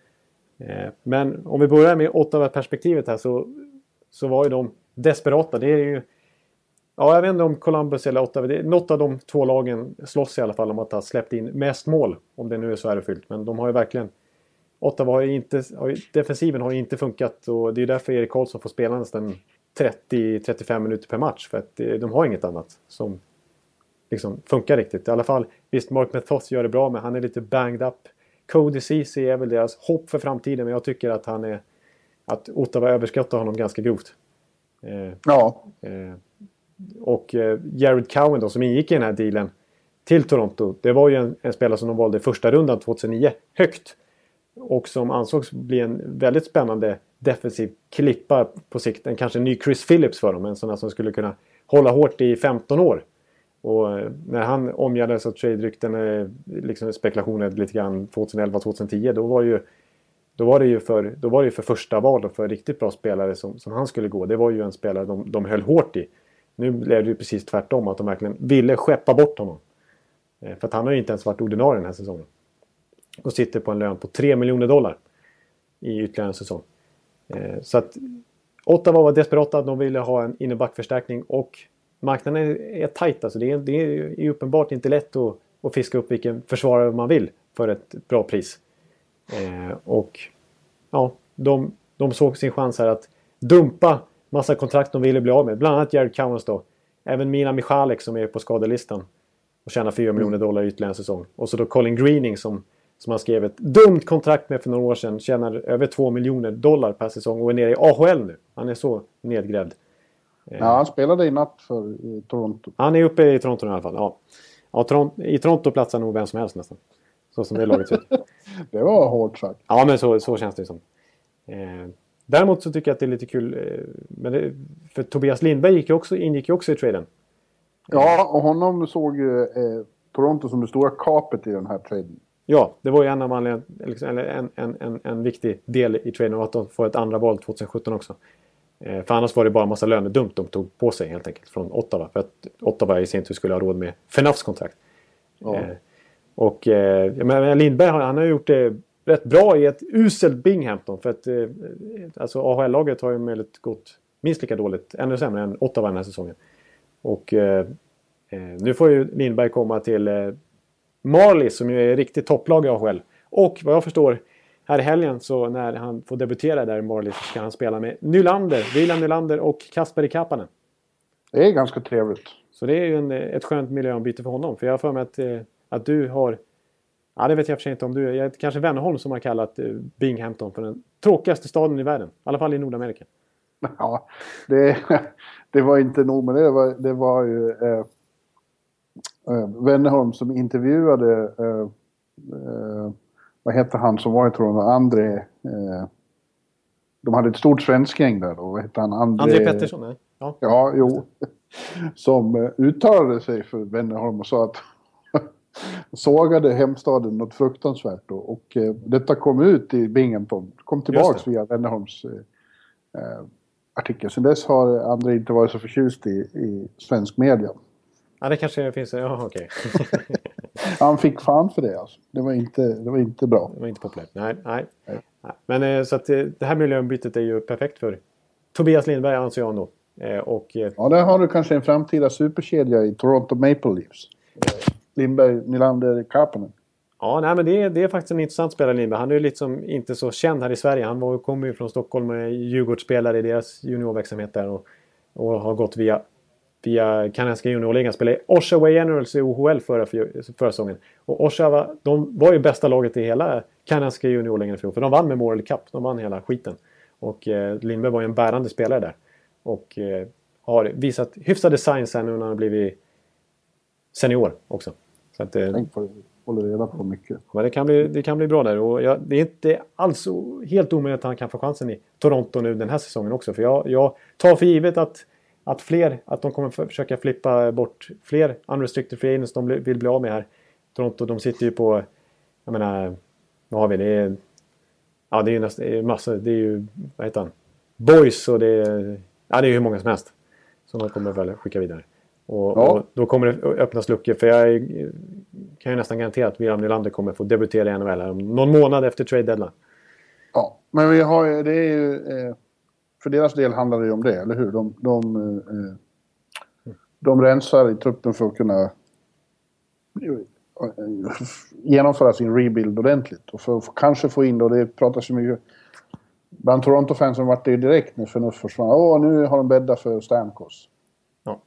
Men om vi börjar med Ottawa-perspektivet här så var ju de desperata. Det är ju... Ja, jag vet inte om Columbus eller Ottawa. Något av de 2 lagen slåss i alla fall om att ha släppt in mest mål. Om det nu är så här fyllt. Men de har ju verkligen... Ottawa defensiven har ju inte funkat. Och det är därför Erik Karlsson får spela nästan 30-35 minuter per match. För att de har inget annat som liksom funkar riktigt. I alla fall, visst Mark Methos gör det bra. Men han är lite banged up. Cody Ceci är väl deras hopp för framtiden. Men jag tycker att att Ottawa överskattar honom ganska grovt. Ja. Och Jared Cowen då, som ingick i den här dealen till Toronto. Det var ju en spelare som de valde i första rundan 2009 högt. Och som ansågs bli en väldigt spännande defensiv klippa på sikt. Kanske en ny Chris Phillips för dem. En sån här som skulle kunna hålla hårt i 15 år. Och när han omgärdades av trade-rykten, liksom spekulationer lite grann 2011-2010. Då var ju Då var det ju för första val och för riktigt bra spelare som han skulle gå. Det var ju en spelare de höll hårt i. Nu blev det ju precis tvärtom, att de verkligen ville skeppa bort honom. För att han har ju inte ens varit ordinarie den här säsongen. Och sitter på en lön på $3 miljoner i ytterligare en säsong. Så att Ottawa var desperata att de ville ha en innerbackförstärkning, och marknaden är tajt. Alltså det är uppenbart inte lätt att fiska upp vilken försvarare man vill för ett bra pris. Och ja, de såg sin chans här att dumpa massa kontrakt de ville bli av med. Bland annat Jared Cowens då. Även Mina Michalek som är på skadelistan och tjänar $4 miljoner i ytterligare en säsong. Och så då Colin Greening som han skrev ett dumt kontrakt med för några år sedan. Tjänar över $2 miljoner per säsong och är nere i AHL nu. Han är så nedgrävd. Ja, han spelade i natt för Toronto. Han är uppe i Toronto i alla fall. Ja, i Toronto platsar nog vem som helst nästan. Så som det laget ut. Det var hårt sagt. Ja, men så känns det som. Däremot så tycker jag att det är lite kul. För Tobias Lindberg ingick ju också i traden. Ja, och honom såg Toronto som det stora kapet i den här traden. Ja, det var ju en av en viktig del i traden, och att de får ett andra val 2017 också. För annars var det bara en massa lönedumt de tog på sig helt enkelt från Ottawa. För att Ottawa i sin tur skulle ha råd med Fenafs kontrakt. Ja. Och Lindberg han har gjort det rätt bra i ett uselt Binghamton. För att alltså AHL-laget har ju möjligt gått minst lika dåligt, ännu sämre än Ottawa den här säsongen. Och nu får ju Lindberg komma till Marley som ju är riktigt topplag i AHL. Och vad jag förstår, här i helgen så när han får debutera där i Marley så ska han spela med William Nylander och Kasperi Kapanen. Det är ganska trevligt. Så det är ju ett skönt miljöombyte för honom. För jag har för mig att du har... Ja, det vet jag för sig inte om du... Jag är kanske Wennerholm som har kallat Binghamton för den tråkigaste staden i världen. I alla fall i Nordamerika. Ja, det var inte nog med det. var ju Wennerholm som intervjuade... vad heter han som var i Toronto? André... de hade ett stort svenskgäng där då. Vad heter han? André Pettersson, nej. Ja, jo. Som uttalade sig för Wennerholm och sa att sågade hemstaden något fruktansvärt då. Och detta kom ut i Binghamton. Kom tillbaks via Wennerholms artikel. Sen dess har André inte varit så förtjust i svensk media. Ja, det kanske finns... Ja, okej. Han fick fan för det alltså. Det var inte bra. Det var inte populärt. Nej. Men så att det här miljöombytet är ju perfekt för Tobias Lindberg, anser jag nog. Ja, där har du kanske en framtida superkedja i Toronto Maple Leafs. Lindberg, Nylander, Kapanen. Ja, nej, men det är faktiskt en intressant spelare, Lindberg. Han är ju liksom inte så känd här i Sverige. Han kommer ju från Stockholm och är Djurgårdsspelare i deras juniorverksamhet där. Och har gått via kanadensiska juniorligan. Spelade i Oshawa Generals i OHL förra säsongen. Och Oshawa, de var ju bästa laget i hela kanadensiska juniorligan i fjol. För de vann Memorial Cup. De vann hela skiten. Och Lindberg var ju en bärande spelare där. Och har visat hyfsade signs här nu när han har blivit senior också. Så att, håller reda på mycket. Men det kan bli bra där. Och det är inte alls helt omöjligt att han kan få chansen i Toronto nu den här säsongen också. För jag tar för givet att de kommer försöka flippa bort fler unrestricted free agents de vill bli av med här. Toronto, de sitter ju på, jag menar, vad har vi? Det är ju nästan massa, det är ju, vad heter han? Boys, och det är ju hur många som helst som de kommer väl skicka vidare. Och då kommer det öppnas luckor, för jag kan ju nästan garantera att William Nylander kommer få debutera i NHL här någon månad efter trade deadline. Ja, men vi har ju, det är ju för deras del handlar det ju om det, eller hur? De rensar i truppen för att kunna genomföra sin rebuild ordentligt. Och för att kanske få in, och det pratas ju mycket bland Toronto-fans som varit det direkt när Fenuf försvann. Nu har de bäddat för Stamkos. Ja.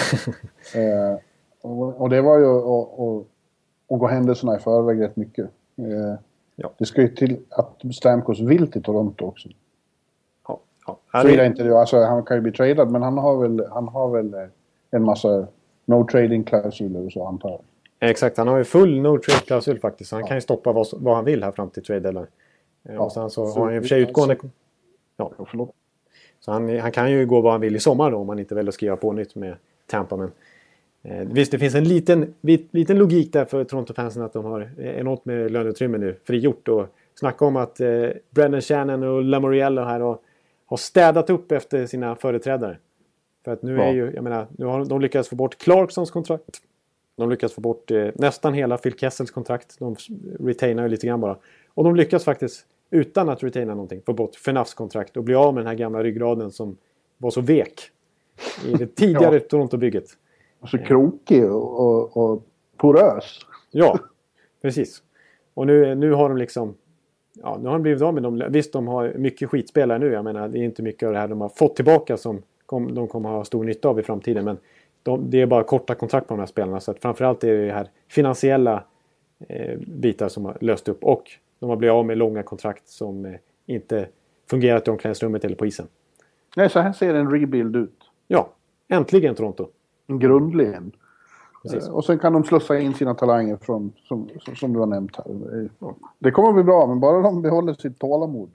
Och det var ju att gå händelserna i förväg rätt mycket. Ja. Det ska ju till att Stamkos vill till Toronto också. Ja. Så är det inte det. Alltså, han kan ju bli tradad, men han har väl en massa no-trading-klausuler och så, antar jag. Exakt, han har ju full no-trade-klausul faktiskt. Så han kan ju stoppa vad han vill här fram till trade deadline. Och sen så har han ju för sig utgående... Ja, förlåt. Så han kan ju gå vad han vill i sommar då, om han inte väljer att skriva på nytt med Tampa. Men visst, det finns en liten logik där för Toronto-fansen att de har enormt med löneutrymme nu frigjort. Och snacka om att Brendan Shannon och Lamoriello här har städat upp efter sina företrädare. För att nu är ju, jag menar, nu har de lyckats få bort Clarksons kontrakt. De lyckas få bort nästan hela Phil Kessels kontrakt. De retainar ju lite grann bara. Och de lyckas faktiskt, utan att retaina någonting, få bort Fenafs kontrakt och bli av med den här gamla ryggraden som var så vek i det tidigare Toronto-bygget. Och så krokig och porös. Ja, precis. Och nu har de liksom... Ja, nu har de blivit av med dem. Visst, de har mycket skitspelare nu. Jag menar, det är inte mycket av det här de har fått tillbaka som de kommer ha stor nytta av i framtiden. Men det är bara korta kontrakt på de här spelarna. Så att framförallt är det här finansiella bitar som har löst upp. Och de har blivit av med långa kontrakt som inte fungerat i omklädningsrummet eller på isen. Nej, så här ser en rebuild ut. Ja, äntligen Toronto. Grundligen. Precis. Och sen kan de slussa in sina talanger från, som du har nämnt här. Det kommer bli bra, men bara de behåller sitt tålamod.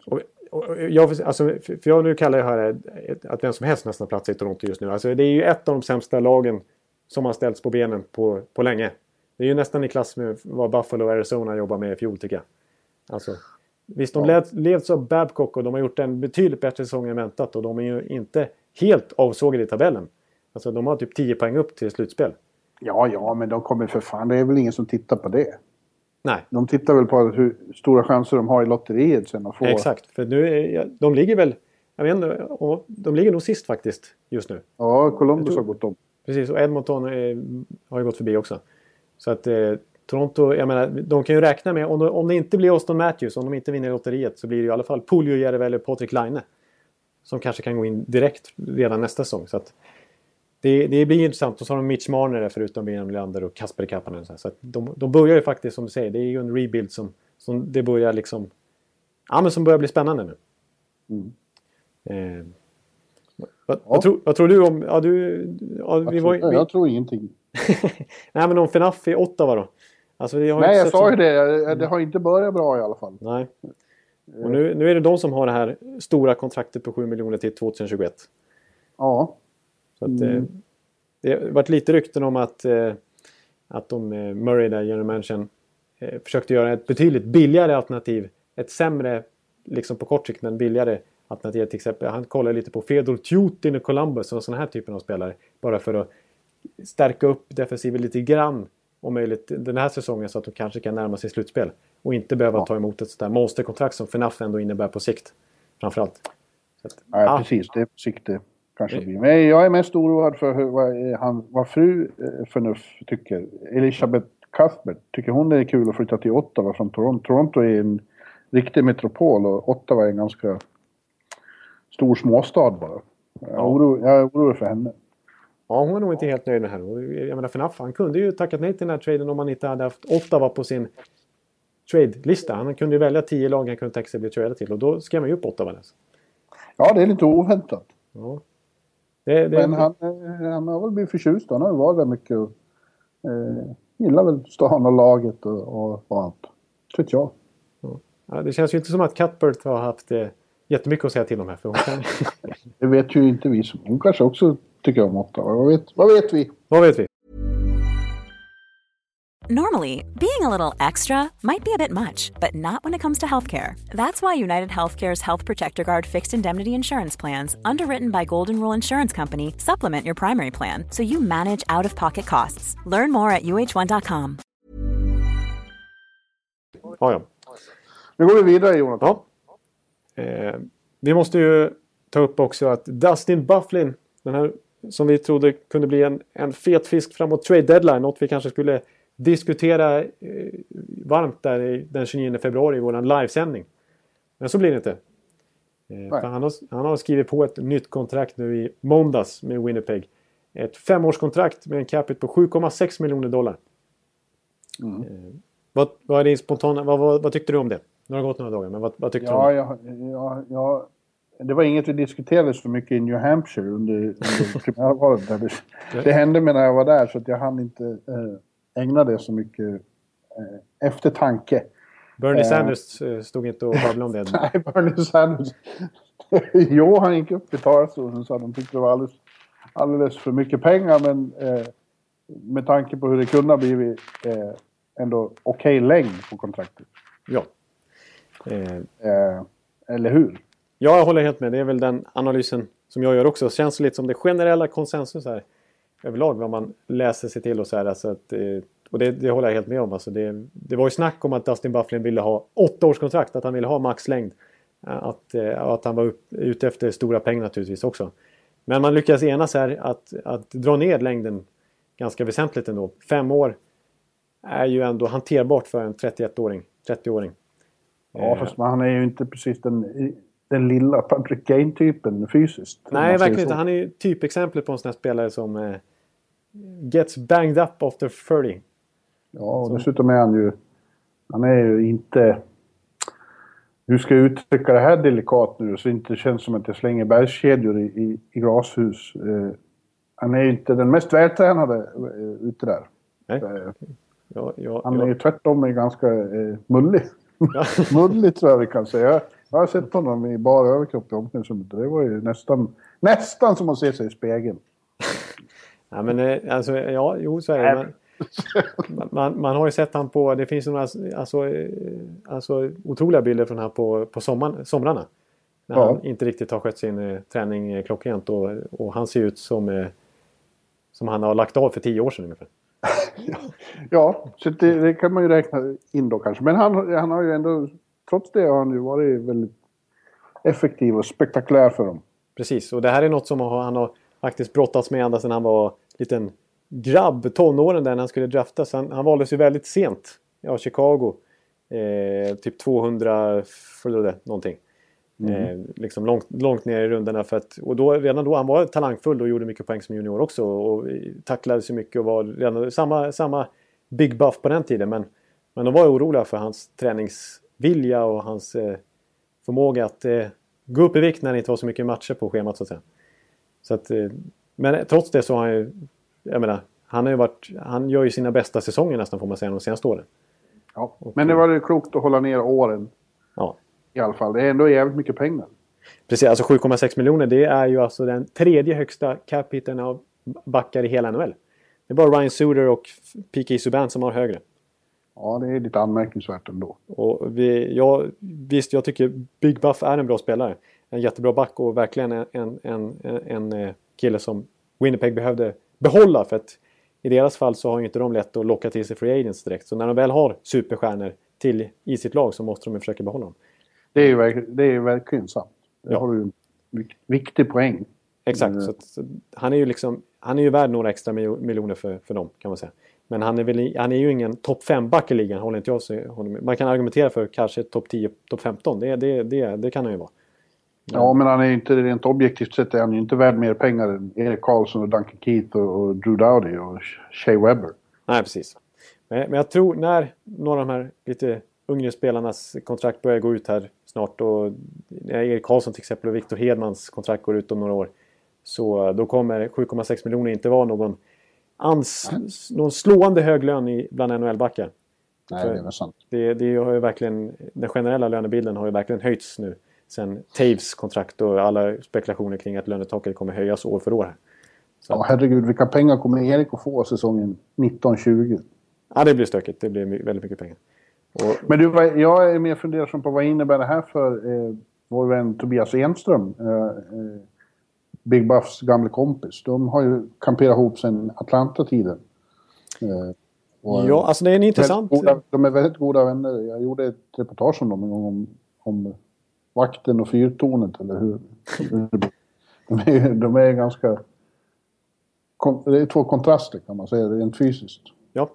För jag nu kallar jag här att vem som helst nästan platsar i Toronto just nu. Alltså, det är ju ett av de sämsta lagen som har ställts på benen på länge. Det är ju nästan i klass med vad Buffalo och Arizona jobbar med i fjol, tycker jag. Alltså, visst, de leds av Babcock och de har gjort en betydligt bättre säsong än väntat. Och de är ju inte helt avsågade i tabellen. Alltså, de har typ 10 poäng upp till slutspel. Ja, men de kommer för fan. Det är väl ingen som tittar på det. Nej. De tittar väl på hur stora chanser de har i lotteriet sen att få... Exakt, för de ligger väl... Jag vet inte, de ligger nog sist faktiskt just nu. Ja, Columbus har gått om. Precis, och Edmonton har ju gått förbi också. Så att Toronto, jag menar, de kan ju räkna med... Om det inte blir Auston Matthews, om de inte vinner lotteriet, så blir det i alla fall Puljujärvi eller Patrik Laine. Som kanske kan gå in direkt redan nästa säsong. Så att det blir intressant. Och så har de Mitch Marner förutom William Lander och Kasper Kapanen. Så att de börjar ju faktiskt, som du säger, det är ju en rebuild som det börjar liksom... Ja, men som börjar bli spännande nu. Vad tror du om... Jag tror ingenting. Nej, men om Fenaf i Ottawa då? Alltså, jag sa ju det. Det har inte börjat bra i alla fall. Nej. Och nu är det de som har det här stora kontraktet på 7 miljoner till 2021. Ja. Så att, det har varit lite rykten om att de Murray där, general managern, försökte göra ett betydligt billigare alternativ. Ett sämre, liksom på kort sikt, men billigare alternativ. Till exempel, han kollar lite på Fedor Tjutin och Columbus och sådana här typen av spelare. Bara för att stärka upp defensiven lite grann om möjligt den här säsongen, så att de kanske kan närma sig slutspel. Och inte behöva ta emot ett sådär monsterkontrakt som Fenaf ändå innebär på sikt. Framförallt. Så att, precis. Det är på sikt det kanske blir. Men jag är mest oroad för vad fru Förnuft tycker. Elisabeth Cuthbert, tycker hon det är kul att flytta till Ottawa från Toronto? Toronto är en riktig metropol och Ottawa är en ganska stor småstad bara. Jag är orolig för henne. Ja, hon är nog inte helt nöjd med det här. Jag menar, Fenaf, han kunde ju tackat nej till den här traden om han inte hade haft Ottawa på sin trade-lista. Han kunde ju välja 10 lag han kunde tänka sig bli tradad till. Och då skrev man ju upp Ottawa. Alltså. Ja, det är lite oväntat. Ja. Men han har väl blivit förtjust. Han har ju varit där mycket och gillar väl stan och laget och allt. Så vet jag. Ja, det känns ju inte som att Cuthbert har haft jättemycket att säga till om här. För hon kan... Det vet ju inte vi. Hon kanske också tycker om Ottawa. Vad vet vi? Vad vet vi? Normally, being a little extra might be a bit much, but not when it comes to healthcare. That's why United Healthcare's Health Protector Guard fixed indemnity insurance plans, underwritten by Golden Rule Insurance Company, supplement your primary plan so you manage out-of-pocket costs. Learn more at uh1.com. Ja. Nu går vi vidare, Jonathan. Ja. Vi måste ju ta upp också att Dustin Byfuglien, den här som vi trodde kunde bli en fet fisk framåt trade deadline, något vi kanske skulle diskutera varmt där den 29 februari i vår livesändning. Men så blir det inte. För han har skrivit på ett nytt kontrakt nu i måndags med Winnipeg. Ett 5-årskontrakt med en capita på $7,6 miljoner. Vad är din spontana... Vad tyckte du om det? Nu har det gått några dagar, men vad tyckte du om det? Ja, det var inget vi diskuterade så mycket i New Hampshire under primärvalet. Det hände mig när jag var där, så att jag hann inte ägna det så mycket eftertanke. Bernie Sanders stod inte och babblade om det. Nej, Bernie Sanders. Jo, han gick upp i talarstolen och sa att de tyckte det var alldeles för mycket pengar, men med tanke på hur det kunde ha blivit ändå okej längd på kontraktet. Ja. Eller hur? Ja, jag håller helt med. Det är väl den analysen som jag gör också. Det känns lite som det generella konsensus här överlag vad man läser sig till och så här. Alltså att, och det håller jag helt med om. Alltså det var ju snack om att Dustin Byfuglien ville ha 8 års kontrakt, att han ville ha maxlängd. Att han var ute efter stora pengar naturligtvis också. Men man lyckas enas här att dra ner längden ganska väsentligt ändå. 5 år är ju ändå hanterbart för en 30-åring. Ja, fast han är ju inte precis den lilla Patrick Kane-typen fysiskt. Nej, verkligen inte. Han är ju typexemplet på en sån här spelare som gets banged up after 30. Ja, och dessutom är han är ju inte... Hur ska jag uttrycka det här delikat nu så det inte känns som att jag slänger bergskedjor i glashus. Han är ju inte den mest vältränade ute där. Nej. Han är ju tvärtom ganska mullig. Ja. Mullig tror jag vi kan säga. Jag har sett honom i bara överkropp i omklädningsrummet. Det var ju nästan som att se sig i spegeln. Ja, men alltså, ja, jo, så är det. Man har ju sett han på, det finns några alltså otroliga bilder från han på somrarna. När han inte riktigt har skött sin träning klockrent och han ser ut som han har lagt av för 10 år sedan ungefär. Ja, så det kan man ju räkna in då kanske. Men han har ju ändå, trots det har han ju varit väldigt effektiv och spektakulär för dem. Precis, och det här är något som han har faktiskt brottats med ända sedan han var liten grabb, tonåren där när han skulle draftas. Han valdes ju väldigt sent av Chicago. Typ 200 någonting. Liksom långt ner i rundorna och redan då han var talangfull och gjorde mycket poäng som junior också och tacklade sig mycket och var redan samma big buff på den tiden, men de var oroliga för hans träningsvilja och hans förmåga att gå upp i vikt när det inte var så mycket matcher på schemat så att säga. Så att, men trots det så har han ju, jag menar, han gör ju sina bästa säsonger nästan får man säga de senaste åren. Ja, men det var ju klokt att hålla ner åren. Ja. I alla fall, det är ändå jävligt mycket pengar. Precis, alltså 7,6 miljoner, det är ju alltså den 3:e högsta capiten av backar i hela NHL. Det är bara Ryan Suter och P.K. Subban som har högre. Ja, det är lite anmärkningsvärt ändå. Och visst, jag tycker Big Buff är en bra spelare. En jättebra back och verkligen en kille som Winnipeg behövde behålla. För att i deras fall så har ju inte de lätt att locka till sig free agents direkt. Så när de väl har superstjärnor i sitt lag så måste de ju försöka behålla dem. Det är ju verkligen sant. Det har du en viktig poäng. Exakt. Så han är ju värd några extra miljoner för dem kan man säga. Men han är ju ingen topp 5-back i ligan, håller inte jag sig. Man kan argumentera för kanske topp 10, topp 15. Det kan han ju vara. Ja, men han är inte rent objektivt sett är han ju inte värd mer pengar än Erik Karlsson och Duncan Keith och Drew Doughty och Shea Weber. Nej, precis. Men jag tror när några av de här lite yngre spelarnas kontrakt börjar gå ut här snart och Erik Karlsson till exempel och Victor Hedmans kontrakt går ut om några år, så då kommer 7,6 miljoner inte vara någon slående hög lön bland NHL-backar. Nej, det är sant. Det har ju verkligen, den generella lönebilden har ju verkligen höjts nu sen Taves kontrakt och alla spekulationer kring att lönetaket kommer höjas år för år här. Så. Ja, herregud, vilka pengar kommer Erik att få säsongen 19-20? Ja, det blir stökigt. Det blir väldigt mycket pengar. Men du, jag är mer fundersam på vad innebär det här för vår vän Tobias Enström, Big Buffs gamla kompis. De har ju kamperat ihop sedan Atlanta-tiden. Ja, alltså det är en intressant... De är väldigt goda vänner. Jag gjorde ett reportage om dem en gång om vakten och fyrtornet, eller hur? De är ganska... Det är 2 kontraster kan man säga, rent fysiskt. Ja.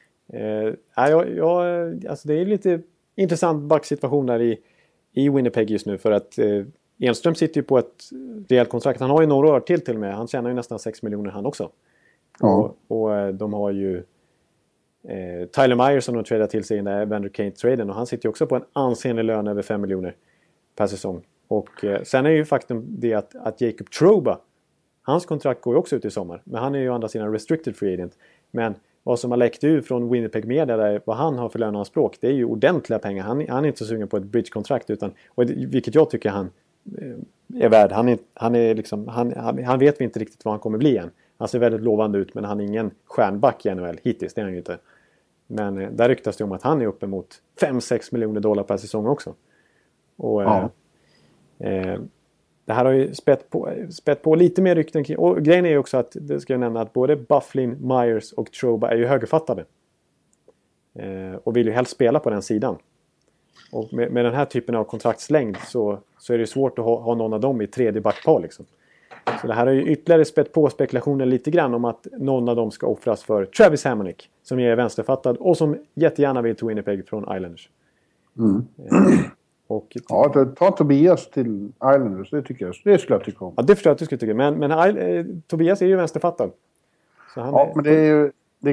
Alltså det är lite intressant backsituation där i Winnipeg just nu för att Enström sitter ju på ett rejält kontrakt. Han har ju några år till och med. Han tjänar ju nästan 6 miljoner han också. Ja. Och de har ju Tyler Myers som de tradar till sig i den där Evander Kane-traden och han sitter ju också på en ansenlig lön över 5 miljoner per säsong. Och sen är ju faktum det att Jacob Trouba, hans kontrakt går ju också ut i sommar. Men han är ju å andra sidan restricted free agent. Men vad som har läckt ut från Winnipeg Media där, vad han har för löneanspråk, det är ju ordentliga pengar. Han är inte så sugen på ett bridge-kontrakt vilket jag tycker han är värd. Han vet vi inte riktigt vad han kommer bli än. Han ser väldigt lovande ut men han är ingen stjärnback i NHL hittills, det är han ju inte. Men där ryktas det om att han är uppe mot $5-6 miljoner per säsong också. Och det här har ju spett på lite mer rykten kring. Och grejen är ju också att, det ska jag nämna, att både Bufflin, Myers och Trouba är ju högerfattade. Och vill ju helst spela på den sidan. Och med den här typen av kontraktslängd så är det svårt att ha någon av dem i tredje backpar liksom. Så det här har ju ytterligare spett på spekulationen lite grann om att någon av dem ska offras för Travis Hamonic, som är vänsterfattad och som jättegärna vill ta Winnipeg från Islanders. Ta Tobias till Islanders, det tycker jag. Det skulle jag tycka om. Ja, det förstår jag att du skulle tycka. Men Tobias är ju vänsterfattad. Så men det är ju...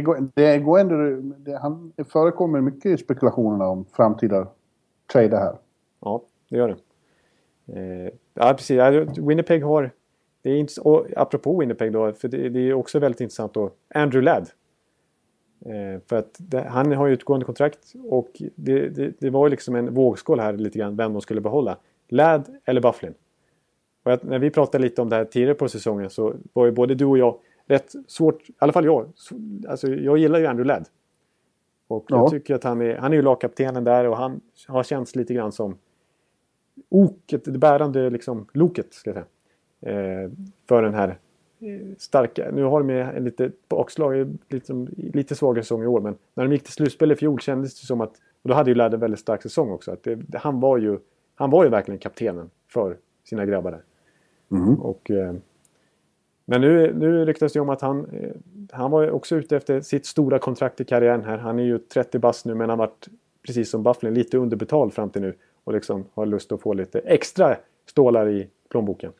Han förekommer mycket i spekulationerna om framtida trade här. Ja, det gör det. Ja, precis. Winnipeg har... Det är inte, och apropå Winnipeg då, för det är också väldigt intressant då. Andrew Ladd. För att han har ju utgående kontrakt och det var ju liksom en vågskål här lite grann vem de skulle behålla. Ladd eller Bufflin. Och när vi pratade lite om det här tidigare på säsongen så var ju både du och jag rätt svårt, i alla fall jag. Alltså jag gillar ju Andrew Ladd. Och jag tycker att han är ju lagkaptenen där och han har känts lite grann som det bärande liksom loket, ska jag säga. För den här starka. Nu har de med en lite bakslag, lite svagare säsong i år, men när de gick till slutspel i fjol kändes det som att, och då hade ju Ladd en väldigt stark säsong också, att han var ju verkligen kaptenen för sina grabbar där. Och men nu ryktas det om att han var också ute efter sitt stora kontrakt i karriären här. Han är ju 30 bast nu, men han har varit, precis som Bufflin, lite underbetald fram till nu. Och liksom har lust att få lite extra stålar i plånboken.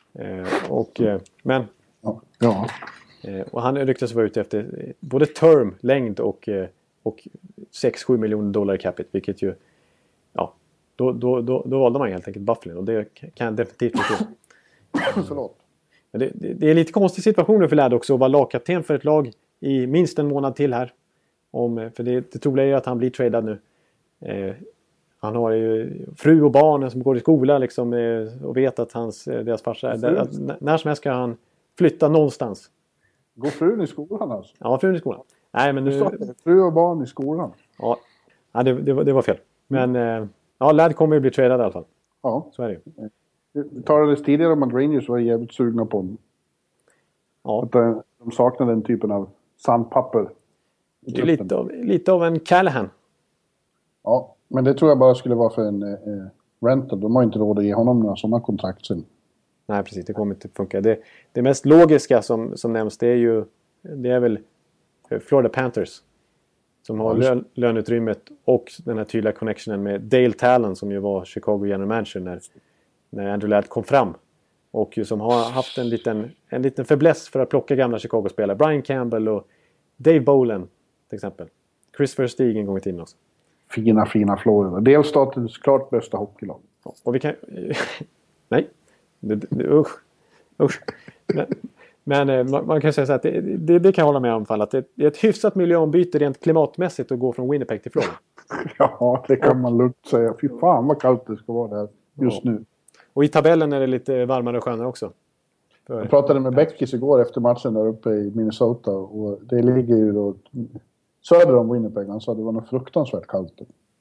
Och han ryktas vara ute efter både term, längd och 6-7 miljoner dollar i capita. Vilket ju, då valde man helt enkelt Bufflin. Och det kan jag definitivt förstå. Förlåt. Det är lite konstig situation för Ladd också att vara lagkapten för ett lag i minst en månad till här. För det troliga är att han blir tradad nu. Han har ju fru och barn som går i skola liksom, och vet att deras farsa när som helst ska han flytta någonstans. Går frun i skolan alltså? Ja, frun i skolan. Nej, men nu... Fru och barn i skolan? Ja, det var fel. Men Ladd kommer ju bli tradad i alla fall. Ja. Så är det ju. Det talades tidigare om att Rangers var jävligt sugna på honom. Ja. Att de saknar den typen av sandpapper. Det är lite av en Callahan. Ja, men det tror jag bara skulle vara för en rental. De har inte råd att ge honom några sådana kontrakt sen. Nej, precis. Det kommer inte funka. Det mest logiska som nämns, det är väl Florida Panthers. Som har löneutrymmet och den här tydliga connectionen med Dale Talon som ju var Chicago general manager när Andrew Ladd kom fram. Och ju som har haft en liten fäbless för att plocka gamla Chicago-spelare. Brian Campbell och Dave Bolin till exempel. Chris Versteeg en gång i tiden också. Fina Florida. Delstatens klart bästa hockeylag. Och vi kan... Nej. Usch. Men man kan säga så att det kan jag hålla med om fall. Att det är ett hyfsat miljöombyte rent klimatmässigt att gå från Winnipeg till Florida. Ja, det kan man lugnt säga. Fy fan vad kallt det ska vara där just nu. Och i tabellen är det lite varmare och skönare också. Jag pratade med Beckis igår efter matchen där uppe i Minnesota. Och det ligger ju då söder om Winnipeg. Han sa att det var något fruktansvärt kallt.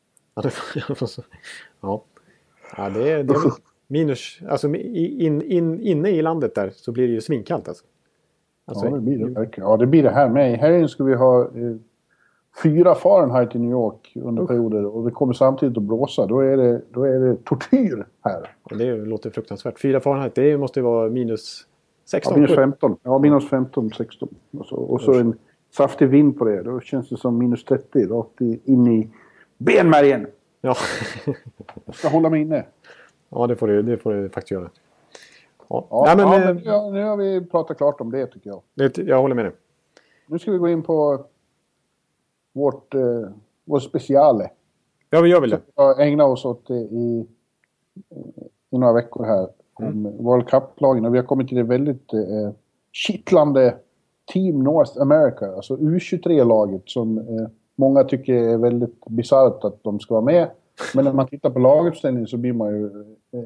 Ja, det är minus. Alltså inne i landet där så blir det ju svinkallt alltså. Ja, det blir det verkligen. Ja, det blir det här med. Här ska vi ha 4 Fahrenheit i New York under perioder. Och det kommer samtidigt att blåsa. Då är det tortyr här. Och det låter fruktansvärt. 4 Fahrenheit, det måste ju vara minus 16. Ja, minus 15. Ja, minus 15, 16. Och så en saftig vind på det. Då känns det som minus 30. Rakt in i benmärgen. Ja. Jag ska hålla mig inne. Ja, det får du faktiskt göra. Ja, nu har vi pratat klart om det tycker jag. Jag håller med dig. Nu ska vi gå in på vår speciale. Ja, vi gör väl det. Vi ska ägna oss åt det i några veckor här. Om World Cup-lagen. Och vi har kommit till det väldigt kittlande Team North America. Alltså U23-laget som många tycker är väldigt bisarrt att de ska vara med. Men när man tittar på laguppställningen så blir man ju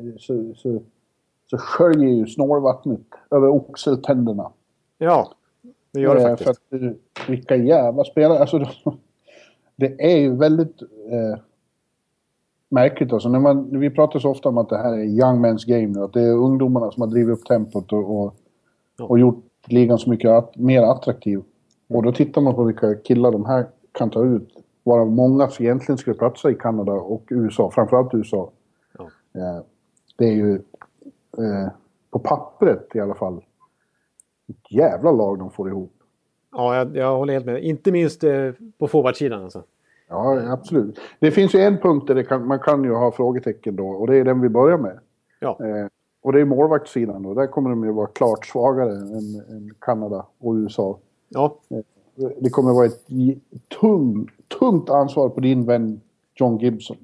så sköljer ju snårvattnet över oxeltänderna. Ja, det gör det faktiskt. För att vilka jävla spelare. Alltså, det är ju väldigt märkligt. Alltså, vi pratar så ofta om att det här är young men's game nu. Att det är ungdomarna som har drivit upp tempot och gjort ligan så mycket mer attraktiv. Och då tittar man på vilka killar de här kan ta ut. Varav många egentligen skulle platsa i Kanada och USA. Framförallt USA. Ja. Det är ju på pappret i alla fall ett jävla lag de får ihop. Ja, jag håller helt med. Inte minst på forwardsidan alltså. Ja, absolut. Det finns ju en punkt där man kan ju ha frågetecken då. Och det är den vi börjar med. Ja. Och det är målvaktssidan då. Där kommer de ju vara klart svagare än Kanada och USA. Ja. Det kommer vara ett tungt ansvar på din vän John Gibson.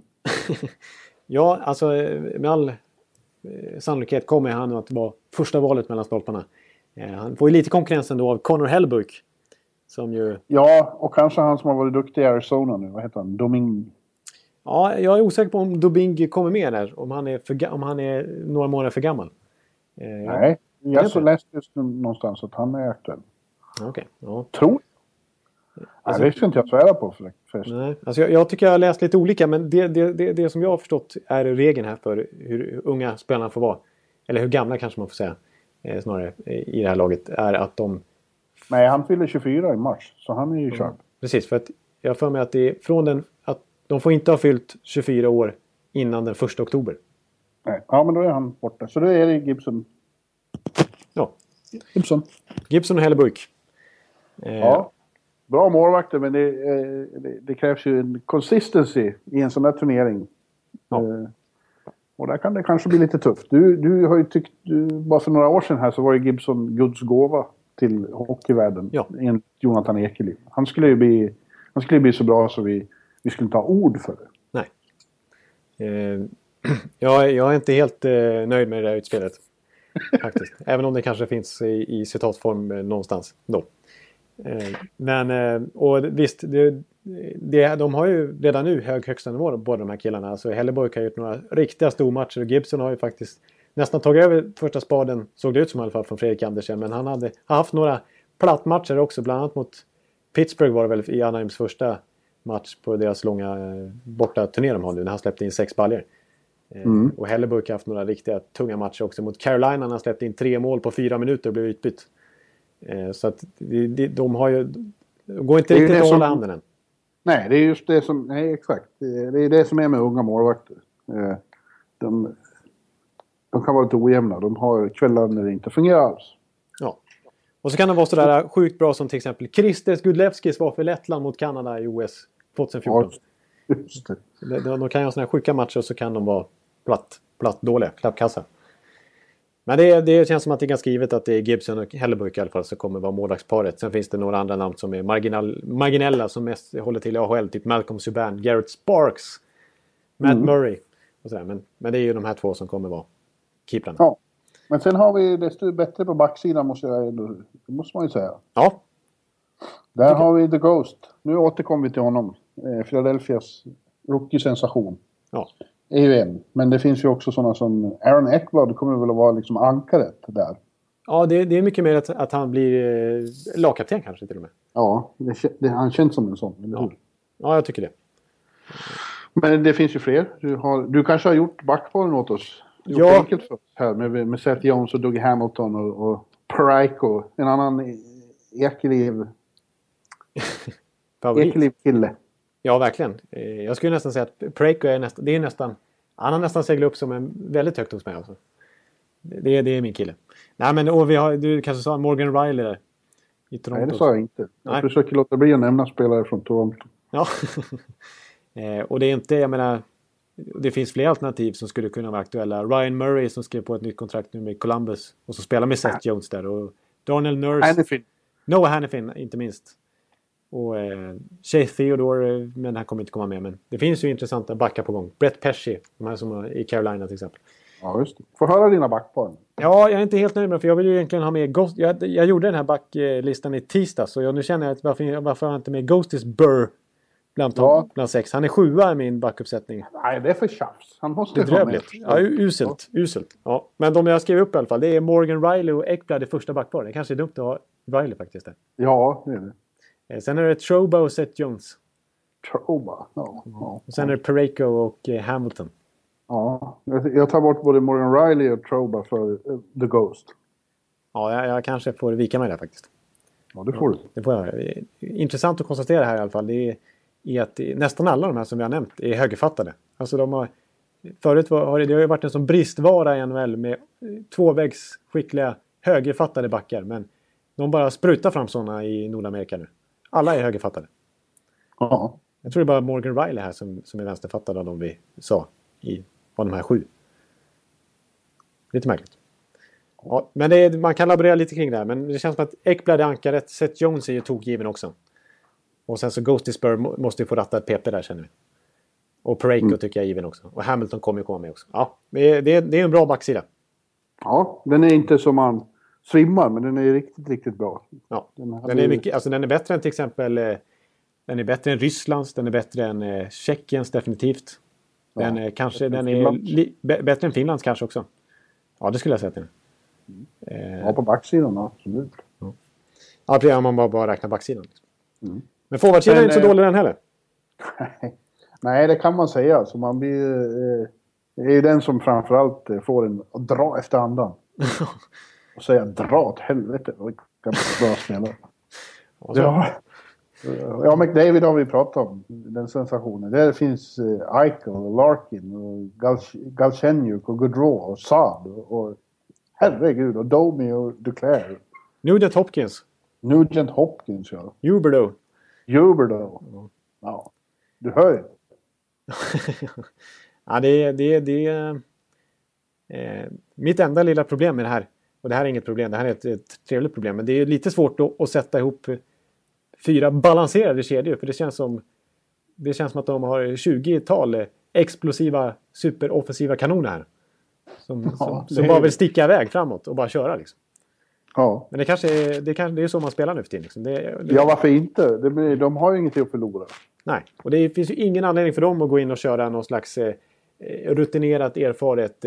Ja, alltså med all sannolikhet kommer han att vara första valet mellan stolparna. Han får ju lite konkurrensen då av Connor Hellebuyck. Som ju... Ja, och kanske han som har varit duktig i Arizona nu. Vad heter han? Domingue. Ja, jag är osäker på om Domingue kommer med där. Om han är några månader för gammal. Nej, jag så läste just någonstans att han är aktuell. Okej. Ja. Tror alltså, det ska inte jag svära på förresten. Nej, alltså jag tycker jag har läst lite olika. Men det som jag har förstått är regeln här för hur unga spelarna får vara. Eller hur gamla kanske man får säga. Snarare i det här laget. Är att de... Nej, han fyller 24 i mars. Så han är ju körd. Precis, för att jag för mig att det är från att de får inte ha fyllt 24 år innan den 1 oktober. Nej, ja men då är han borta. Så då är det Gibson. Ja. Gibson och Hellebuyck. Ja. Bra målvakter, men det krävs ju en consistency i en sån här turnering. Ja. Och där kan det kanske bli lite tufft. Du har ju tyckt, bara för några år sedan här så var ju Gibson Guds gåva till hockeyvärlden. Ja. En Jonathan Ekeliv. Han skulle ju bli så bra så vi skulle inte ha ord för det. Nej. Jag är inte helt nöjd med det här utspelet. Faktiskt. Även om det kanske finns i citatform någonstans då. Men och visst, de har ju redan nu högsta nivå båda de här killarna. Alltså Hellebuyck har gjort några riktiga stormatcher och Gibson har ju faktiskt nästan tagit över första spaden, såg det ut som i alla fall från Fredrik Andersen. Men han har haft några plattmatcher också, bland annat mot Pittsburgh var det väl i Anaheims första match på deras långa borta turné de har nu när han släppte in 6 baljor. Och Hellebuyck har haft några riktiga tunga matcher också mot Carolina när han släppte in 3 mål på 4 minuter och blev utbytt. Så att de har ju går inte riktigt att hålla handen än. Nej, det är just det som... Nej, exakt. Det är det som är med unga målvakter. De kan vara lite ojämna. De har kvällar när det inte fungerar alls. Ja. Och så kan det vara sådär sjukt bra som till exempel Kristes Gudlevskis var för Lettland mot Kanada i OS 2014. Ja, just det. De kan göra sådana här sjuka matcher och så kan de vara platt dåliga, klappkassa. Men det känns som att det är ganska givet att det är Gibson och Hellebuyck i alla fall som kommer vara målvaktsparet. Sen finns det några andra namn som är marginella som mest håller till i AHL. Typ Malcolm Subban, Garrett Sparks, Matt Murray. Och sådär. Men det är ju de här två som kommer vara keeprarna. Ja, men sen har vi desto bättre på backsidan måste man ju säga. Ja. Där har vi The Ghost. Nu återkommer vi till honom. Philadelphias rookie-sensation. Ja. Är ju en. Men det finns ju också sådana som Aaron Ekblad kommer väl att vara liksom ankaret där. Ja, det är mycket mer att han blir lagkapten kanske till och med. Ja, han känns som en sån. Eller ja, jag tycker det. Men det finns ju fler. Du kanske har gjort backparen åt oss. Ja. Enkelt för oss här med Seth Jones och Dougie Hamilton och Parayko. En annan Ekeliv kille. Ja, verkligen. Jag skulle nästan säga att Parayko är nästan han har nästan seglat upp som en väldigt högt hos mig. Alltså. Det är min kille. Nej, men du kanske sa Morgan Riley där i Toronto. Nej, det sa jag inte. Jag försöker låta bli att nämna spelare från Toronto. Ja. Och det är inte, jag menar, det finns fler alternativ som skulle kunna vara aktuella. Ryan Murray som skrev på ett nytt kontrakt nu med Columbus och så spelar med Seth Jones där. Och Darnell Nurse. Noah Hannifin, inte minst. Och Shea Theodore, men han kommer inte komma med. Men det finns ju intressanta backar på gång. Brett Pesci, de här som i Carolina till exempel. Ja, just det. Får höra dina backpar. Ja, jag är inte helt nöjd med det, för jag vill ju egentligen ha med Ghost. Jag gjorde den här backlistan i tisdags, så nu känner jag att varför har jag inte med Ghostis Burr bland 6. Han är 7 i min backuppsättning. Nej, det är för tjafs. Han måste vara med. Ja, uselt. Ja. Men de jag skrev upp i alla fall, det är Morgan Riley och Ekblad i första backpar. Det kanske är dumt att ha Riley faktiskt där. Ja, det är det. Sen är det Trouba och Seth Jones. Trouba. Ja. Och sen är det Parayko och Hamilton. Ja, jag tar bort både Morgan Riley och Trouba för The Ghost. Ja, jag kanske får vika mig där faktiskt. Ja, det får du. Det får jag. Intressant att konstatera här i alla fall. Det är att nästan alla de här som vi har nämnt är högerfattade. Alltså förut har det har ju varit en sån bristvara i NHL med tvåvägs skickliga högerfattade backar. Men de bara sprutar fram sådana i Nordamerika nu. Alla är högerfattade. Ja. Jag tror det är bara Morgan Riley här som är vänsterfattad av de vi sa av de här 7. Lite märkligt. Ja, men man kan laborera lite kring det här. Men det känns som att Ekblad är ankaret. Seth Jones är ju tokgiven också. Och sen så Ghosty Spur måste ju få ratta ett PP där, känner vi. Och Parayko tycker jag är given också. Och Hamilton kommer ju komma med också. Ja, det är en bra backsida. Ja, den är inte som man svimmar, men den är riktigt, riktigt bra. Ja, den är mycket, alltså den är bättre än till exempel... Den är bättre än Rysslands. Den är bättre än Tjeckiens, definitivt. Den är bättre än Finlands kanske också. Ja, det skulle jag säga till den. Ja, på backsidan, absolut. Ja, precis, om man bara räknar backsidan. Liksom. Men forwardsidan är inte så dålig den heller. Nej, det kan man säga. Alltså, man blir... det är ju den som framförallt får en att dra efter andan. Och säga, dra åt helvete. Vilka bra spelare. Ja, McDavid har vi pratat om. Den sensationen. Där finns Eichel och Larkin och Galchenyuk och Gaudreau och Saad och herregud, och Domi och Duclair. Nugent Hopkins, ja. Huberdeau. Ja, du hör ju. Ja, det är mitt enda lilla problem med det här. Och det här är inget problem, det här är ett trevligt problem. Men det är lite svårt att sätta ihop 4 balanserade kedjor. För det känns som att de har 20-tal explosiva, superoffensiva kanoner här. Som bara vill sticka iväg framåt och bara köra liksom. Ja. Men det är så man spelar nu för tiden. Liksom. Ja, varför inte? De har ju ingenting att förlora. Nej, och det finns ju ingen anledning för dem att gå in och köra någon slags rutinerat, erfaret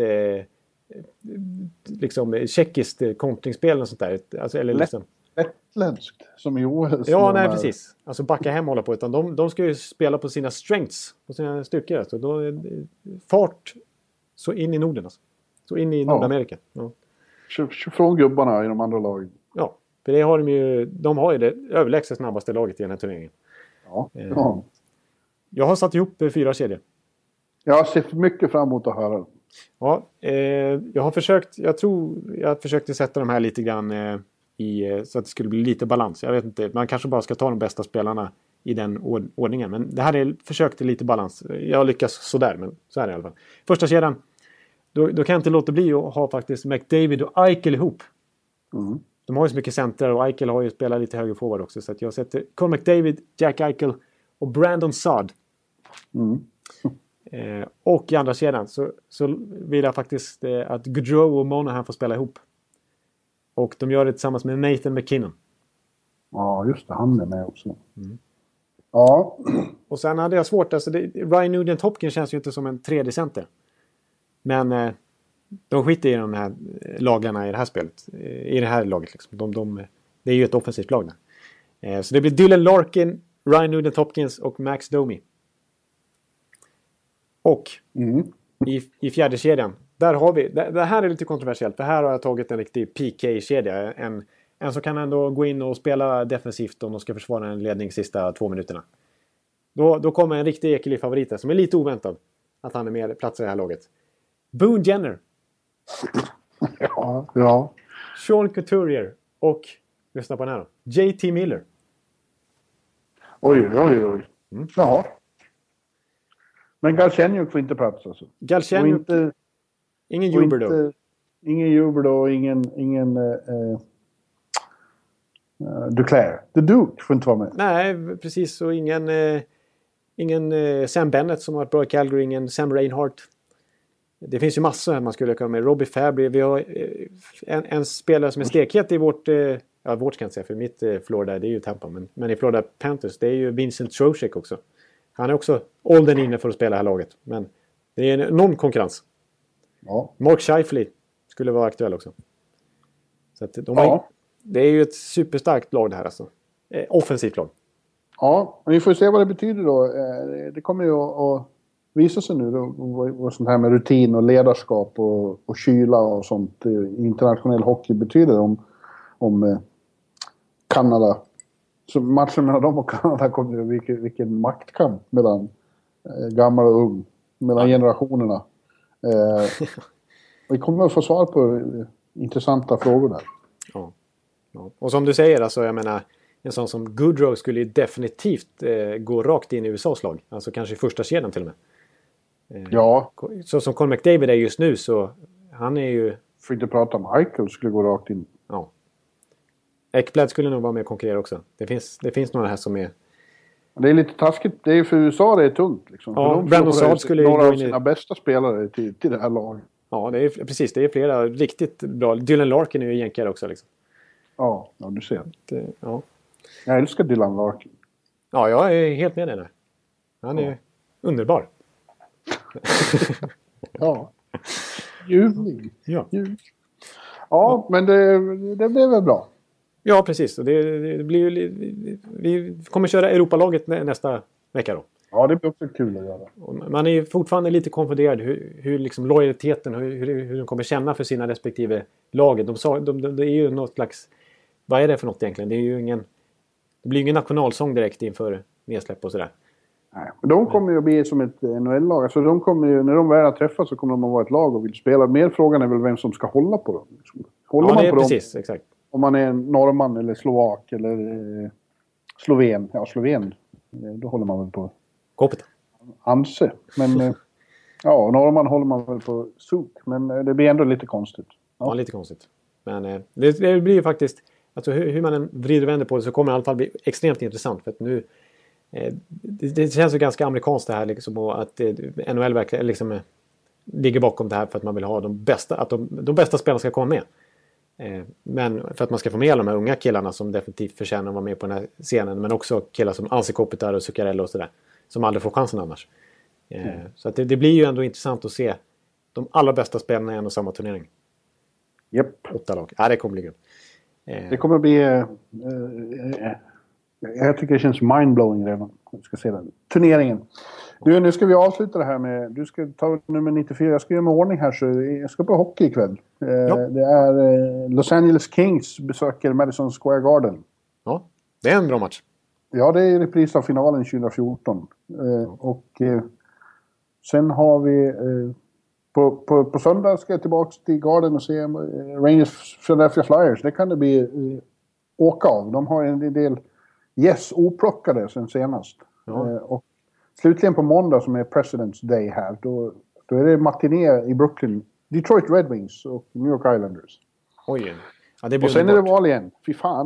liksom tjeckiskt kontringsspel och sånt där. Alltså, eller liksom... Lättländskt, som i OS. Ja, nej, precis. Alltså backa hem och hålla på. Utan de ska ju spela på sina strengths, på sina styrkor. Alltså. Fart så in i Norden. Alltså. Så in i Nordamerika. Ja. Från gubbarna i de andra lagen. Ja, för det har de har ju det överlägset snabbaste laget i den här turneringen. Ja. Jag har satt ihop 4 kedjor. Jag ser mycket fram emot att höra. Ja, jag tror jag försökte sätta de här lite grann så att det skulle bli lite balans. Jag vet inte, man kanske bara ska ta de bästa spelarna i den ordningen. Men det här försökte lite balans. Jag lyckas sådär, men så är det i alla fall. Första kedjan, då kan jag inte låta bli att ha faktiskt McDavid och Eichel ihop. Mm. De har ju så mycket center och Eichel har ju spelat lite höger forward också. Så att jag sätter Conor McDavid, Jack Eichel och Brandon Saad. Mm. Och i andra kedjan så vill jag faktiskt att Gaudreau och Monahan får spela ihop. Och de gör det tillsammans med Nathan McKinnon. Ja, just det. Han är med också. Mm. Ja. Och sen hade jag svårt. Alltså Ryan Nugent Hopkins känns ju inte som en 3D-center. Men de skiter i de här lagarna i det här spelet. I det här laget liksom. Det är ju ett offensivt lag där. Så det blir Dylan Larkin, Ryan Nugent Hopkins och Max Domi. Och i fjärde kedjan, där har vi, det här är lite kontroversiellt, för här har jag tagit en riktig PK-kedja. En som kan ändå gå in och spela defensivt om de ska försvara en ledning sista 2 minuterna. Då kommer en riktig Ekeli-favorit som är lite oväntad att han är med plats i det här laget. Boone Jenner. Ja. Sean Couturier och, lyssna på den här då, JT Miller. Oj. Ja. Men Galchenyuk får inte plats alltså. Galchenyuk. Ingen Huberdeau. Ingen Huberdeau och ingen Duclair. The Duke får inte vara med. Nej, precis. Och ingen Sam Bennett som har varit bra i Calgary. Ingen Sam Reinhart. Det finns ju massor här man skulle kunna med. Robbie Fabry. Vi har en spelare som är stekhet i vårt kan jag inte säga, för mitt Florida, det är ju Tampa. Men i Florida Panthers, det är ju Vincent Trocheck också. Han är också åldern inne för att spela det här laget. Men det är en enorm konkurrens. Ja. Mark Scheifele skulle vara aktuell också. Så att det är ju ett superstarkt lag det här alltså. Offensivt lag. Ja, men vi får se vad det betyder då. Det kommer ju att visa sig nu då, vad sånt här med rutin och ledarskap och kyla och sånt i internationell hockey betyder om Kanada. Så matchen mellan dem och Kanada kommer ju vilken maktkamp mellan gammal och ung, mellan generationerna. Vi kommer att få svar på intressanta frågor där. Ja. Och som du säger, alltså, jag menar, en sån som Goodrow skulle ju definitivt gå rakt in i USAs lag. Alltså kanske i första kedjan till och med. Ja. Så som Conor McDavid är just nu, så han är ju... För inte prata om Eichel skulle gå rakt in. Ja. Ekblad skulle nog vara med och konkurrera också. Det finns några här som är... Det är lite taskigt. Det är för USA det är tungt. Liksom. Ja, Brandon Saad skulle några gå av in sina bästa spelare till det här laget. Ja, det är precis. Det är flera riktigt bra. Dylan Larkin är ju jänkare också. Liksom. Ja, du ser. Ja. Jag älskar Dylan Larkin. Ja, jag är helt med dig där. Han är underbar. Ja. Ljuvlig. Ja. Ja, men det blev väl bra. Ja, precis. Och det blir ju, vi kommer köra Europalaget nästa vecka då. Ja, det blir också kul att göra. Och man är ju fortfarande lite konfunderad hur liksom lojaliteten, hur de kommer känna för sina respektive laget. Det är ju något slags... Vad är det för något egentligen? Det blir ju ingen nationalsång direkt inför nedsläpp och sådär. Nej, men de kommer ju att bli som ett NHL-lag. Alltså de kommer ju, när de väl har träffats så kommer de att vara ett lag och vill spela. Mer frågan är väl vem som ska hålla på dem. Håller man det är på precis, dem, exakt. om man är norrman eller slovak eller sloven. Ja, sloven. Då håller man väl på Kopet. Anse. Men ja, norrman håller man väl på Suk. Men det blir ändå lite konstigt. Ja, lite konstigt. Men det blir ju faktiskt... Alltså hur man än vrider och vänder på det så kommer det i alla fall bli extremt intressant. För att nu... Det känns ju ganska amerikanskt det här liksom, och att NHL verkligen liksom, ligger bakom det här för att man vill ha de bästa spelarna ska komma med. Men för att man ska få med alla de här unga killarna som definitivt förtjänar att vara med på den här scenen, men också killar som Anse Kopitar och Zuccarello och sådär, som aldrig får chansen annars. Så att det blir ju ändå intressant att se de allra bästa spelarna i en och samma turnering. Japp. 8 lag. Ja, det kommer bli grymt. Det kommer bli... jag tycker det känns mindblowing redan. Jag ska se den. Turneringen. Du, nu ska vi avsluta det här med... Du ska ta nummer 94. Jag ska göra med ordning här, så jag ska på hockey ikväll. Det är Los Angeles Kings besöker Madison Square Garden. Ja, det är en bra match. Ja, det är repris av finalen 2014. Och sen har vi... På söndag ska jag tillbaka till Garden och se Rangers Philadelphia Flyers. Det kan det bli åka av. De har en del oplockade sen senast. Och slutligen på måndag, som är President's Day här, då är det matiné i Brooklyn. Detroit Red Wings och New York Islanders. Oj. Ja, det blir och sen underbart. är det val igen. Fy fan.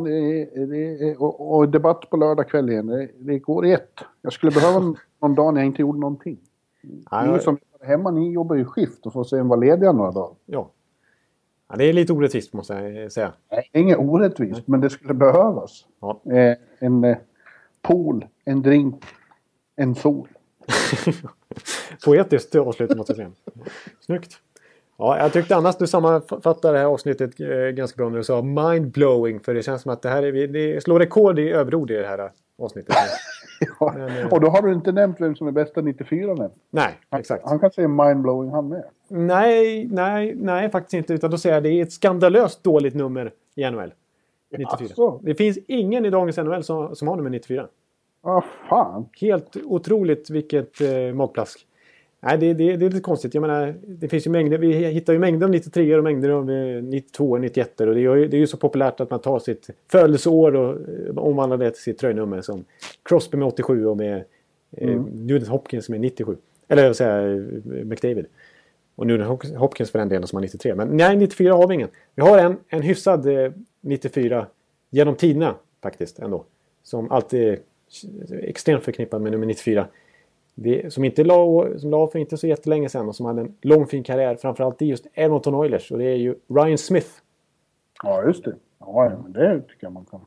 Och debatt på lördag kväll igen. Det går i ett. Jag skulle behöva någon dag när jag inte gjorde någonting. Ni som är hemma, ni jobbar ju skift och får sen vara lediga några dagar. Ja, det är lite orättvist måste jag säga. Nej, inget orättvist, men det skulle behövas. Ja. En pool, en drink, en sol. Poetiskt avslut måste jag säga. Snyggt. Ja, jag tyckte annars du sammanfattar det här avsnittet ganska bra när du sa mind-blowing. För det känns som att det slår rekord i överord i det här avsnittet. Ja. Men, och då har du inte nämnt vem som är bästa 94 än. Nej, exakt. Han kan säga mind-blowing han med. Nej, faktiskt inte. Utan då säger jag det är ett skandalöst dåligt nummer i NHL. 94. Alltså. Det finns ingen i dagens NHL som har nummer 94. Fan. Helt otroligt vilket magplask. Nej, det är lite konstigt. Jag menar, det finns ju mängder, vi hittar ju mängder av 93 och mängder av 92 och 91 och det är ju så populärt att man tar sitt födelseår och omvandlar det till sitt tröjnummer, som Crosby med 87 och med Nugent Hopkins med 97. Eller jag säger McDavid. Och Nugent Hopkins för den delen som har 93. Men nej, 94 har vi ingen. Vi har en hyfsad 94 genom tiderna faktiskt ändå. Som alltid är extremt förknippad med nummer 94. Som la för inte så jättelänge sedan och som hade en lång fin karriär, framförallt i just Edmonton Oilers, och det är ju Ryan Smith. Ja, just det. Ja, men det tycker jag man kan.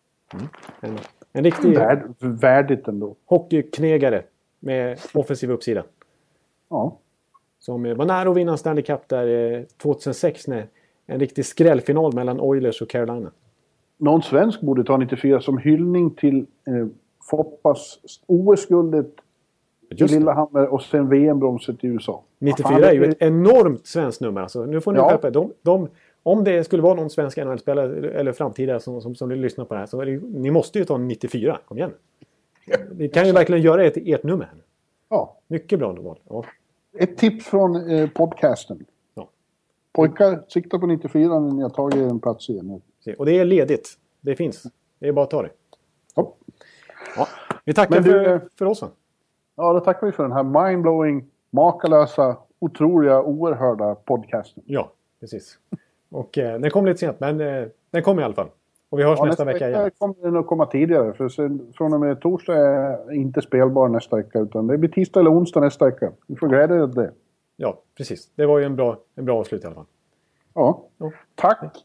En riktig värdigt ändå. Hockeyknegare med offensiv uppsida. Ja. Som var nära att vinna en Stanley Cup där 2006 när en riktig skrällfinal mellan Oilers och Carolina. Någon svensk borde ta 94 som hyllning till Foppas OS-guldet i Lillehammer och sen VM-bronset i USA. 94 är ju ett enormt svenskt nummer. Alltså, nu får ni skärpa. Om det skulle vara någon svensk NHL-spelare eller framtida som lyssnar på det här, så ni måste ju ta 94. Kom igen. Vi kan ju verkligen göra ert nummer här. Ja. Mycket bra nummer. Ja. Ett tips från podcasten. Ja. Pojkar, sikta på 94 när ni har tagit en plats igen. Och det är ledigt. Det finns. Det är bara att ta det. Ja. Ja. Vi tackar för oss. Ja, då tackar vi för den här mindblowing, makalösa, otroliga, oerhörda podcasten. Ja, precis. Och den kom lite sent, men den kommer i alla fall. Och vi hörs nästa vecka igen. Kommer den att komma tidigare. För från och med torsdag är inte spelbar nästa vecka. Utan det blir tisdag eller onsdag nästa vecka. Vi får glädja åt det. Ja, precis. Det var ju en bra avslut i alla fall. Ja. Tack.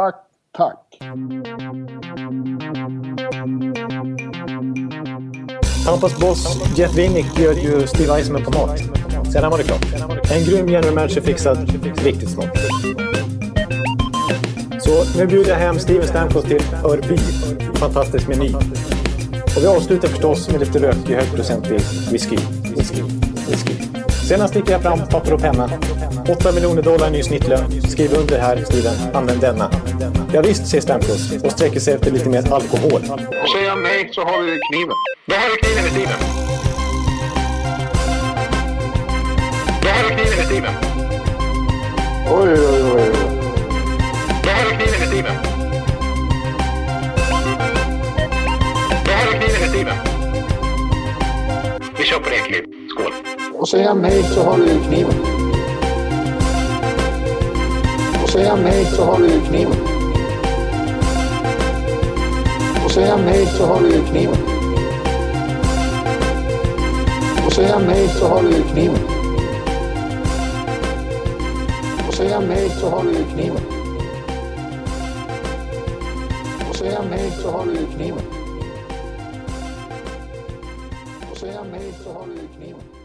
Tampas boss Jeff Winnick bjöd ju Steve Eisenman på mat. Sedan var det klart. En grym general manager fixad riktigt smart. Så nu bjuder jag hem Steven Stamkos till Örby. Fantastisk meny. Och vi avslutar förstås med lite rökt i högprocentig whisky. Sedan sticker jag fram papper och penna. $8 miljoner ny snittlön. Skriv under här, Steven. Använd denna. Ja visst, säger Stamkos och sträcker sig efter lite mer alkohol. Och säger jag nej så har vi kniven. Då har vi kniven i Steven. Oj. Då har vi kniven i Steven. Vi kör på det, klipp. Skål. Och säger jag nej så har du kniven. Och säger jag nej så har du kniven. Och säger jag nej så har du kniven. Och säger jag nej så har du kniven. Och säger jag nej så har du kniven. Och säger jag nej så har du kniven. Och säger jag nej så har du kniven.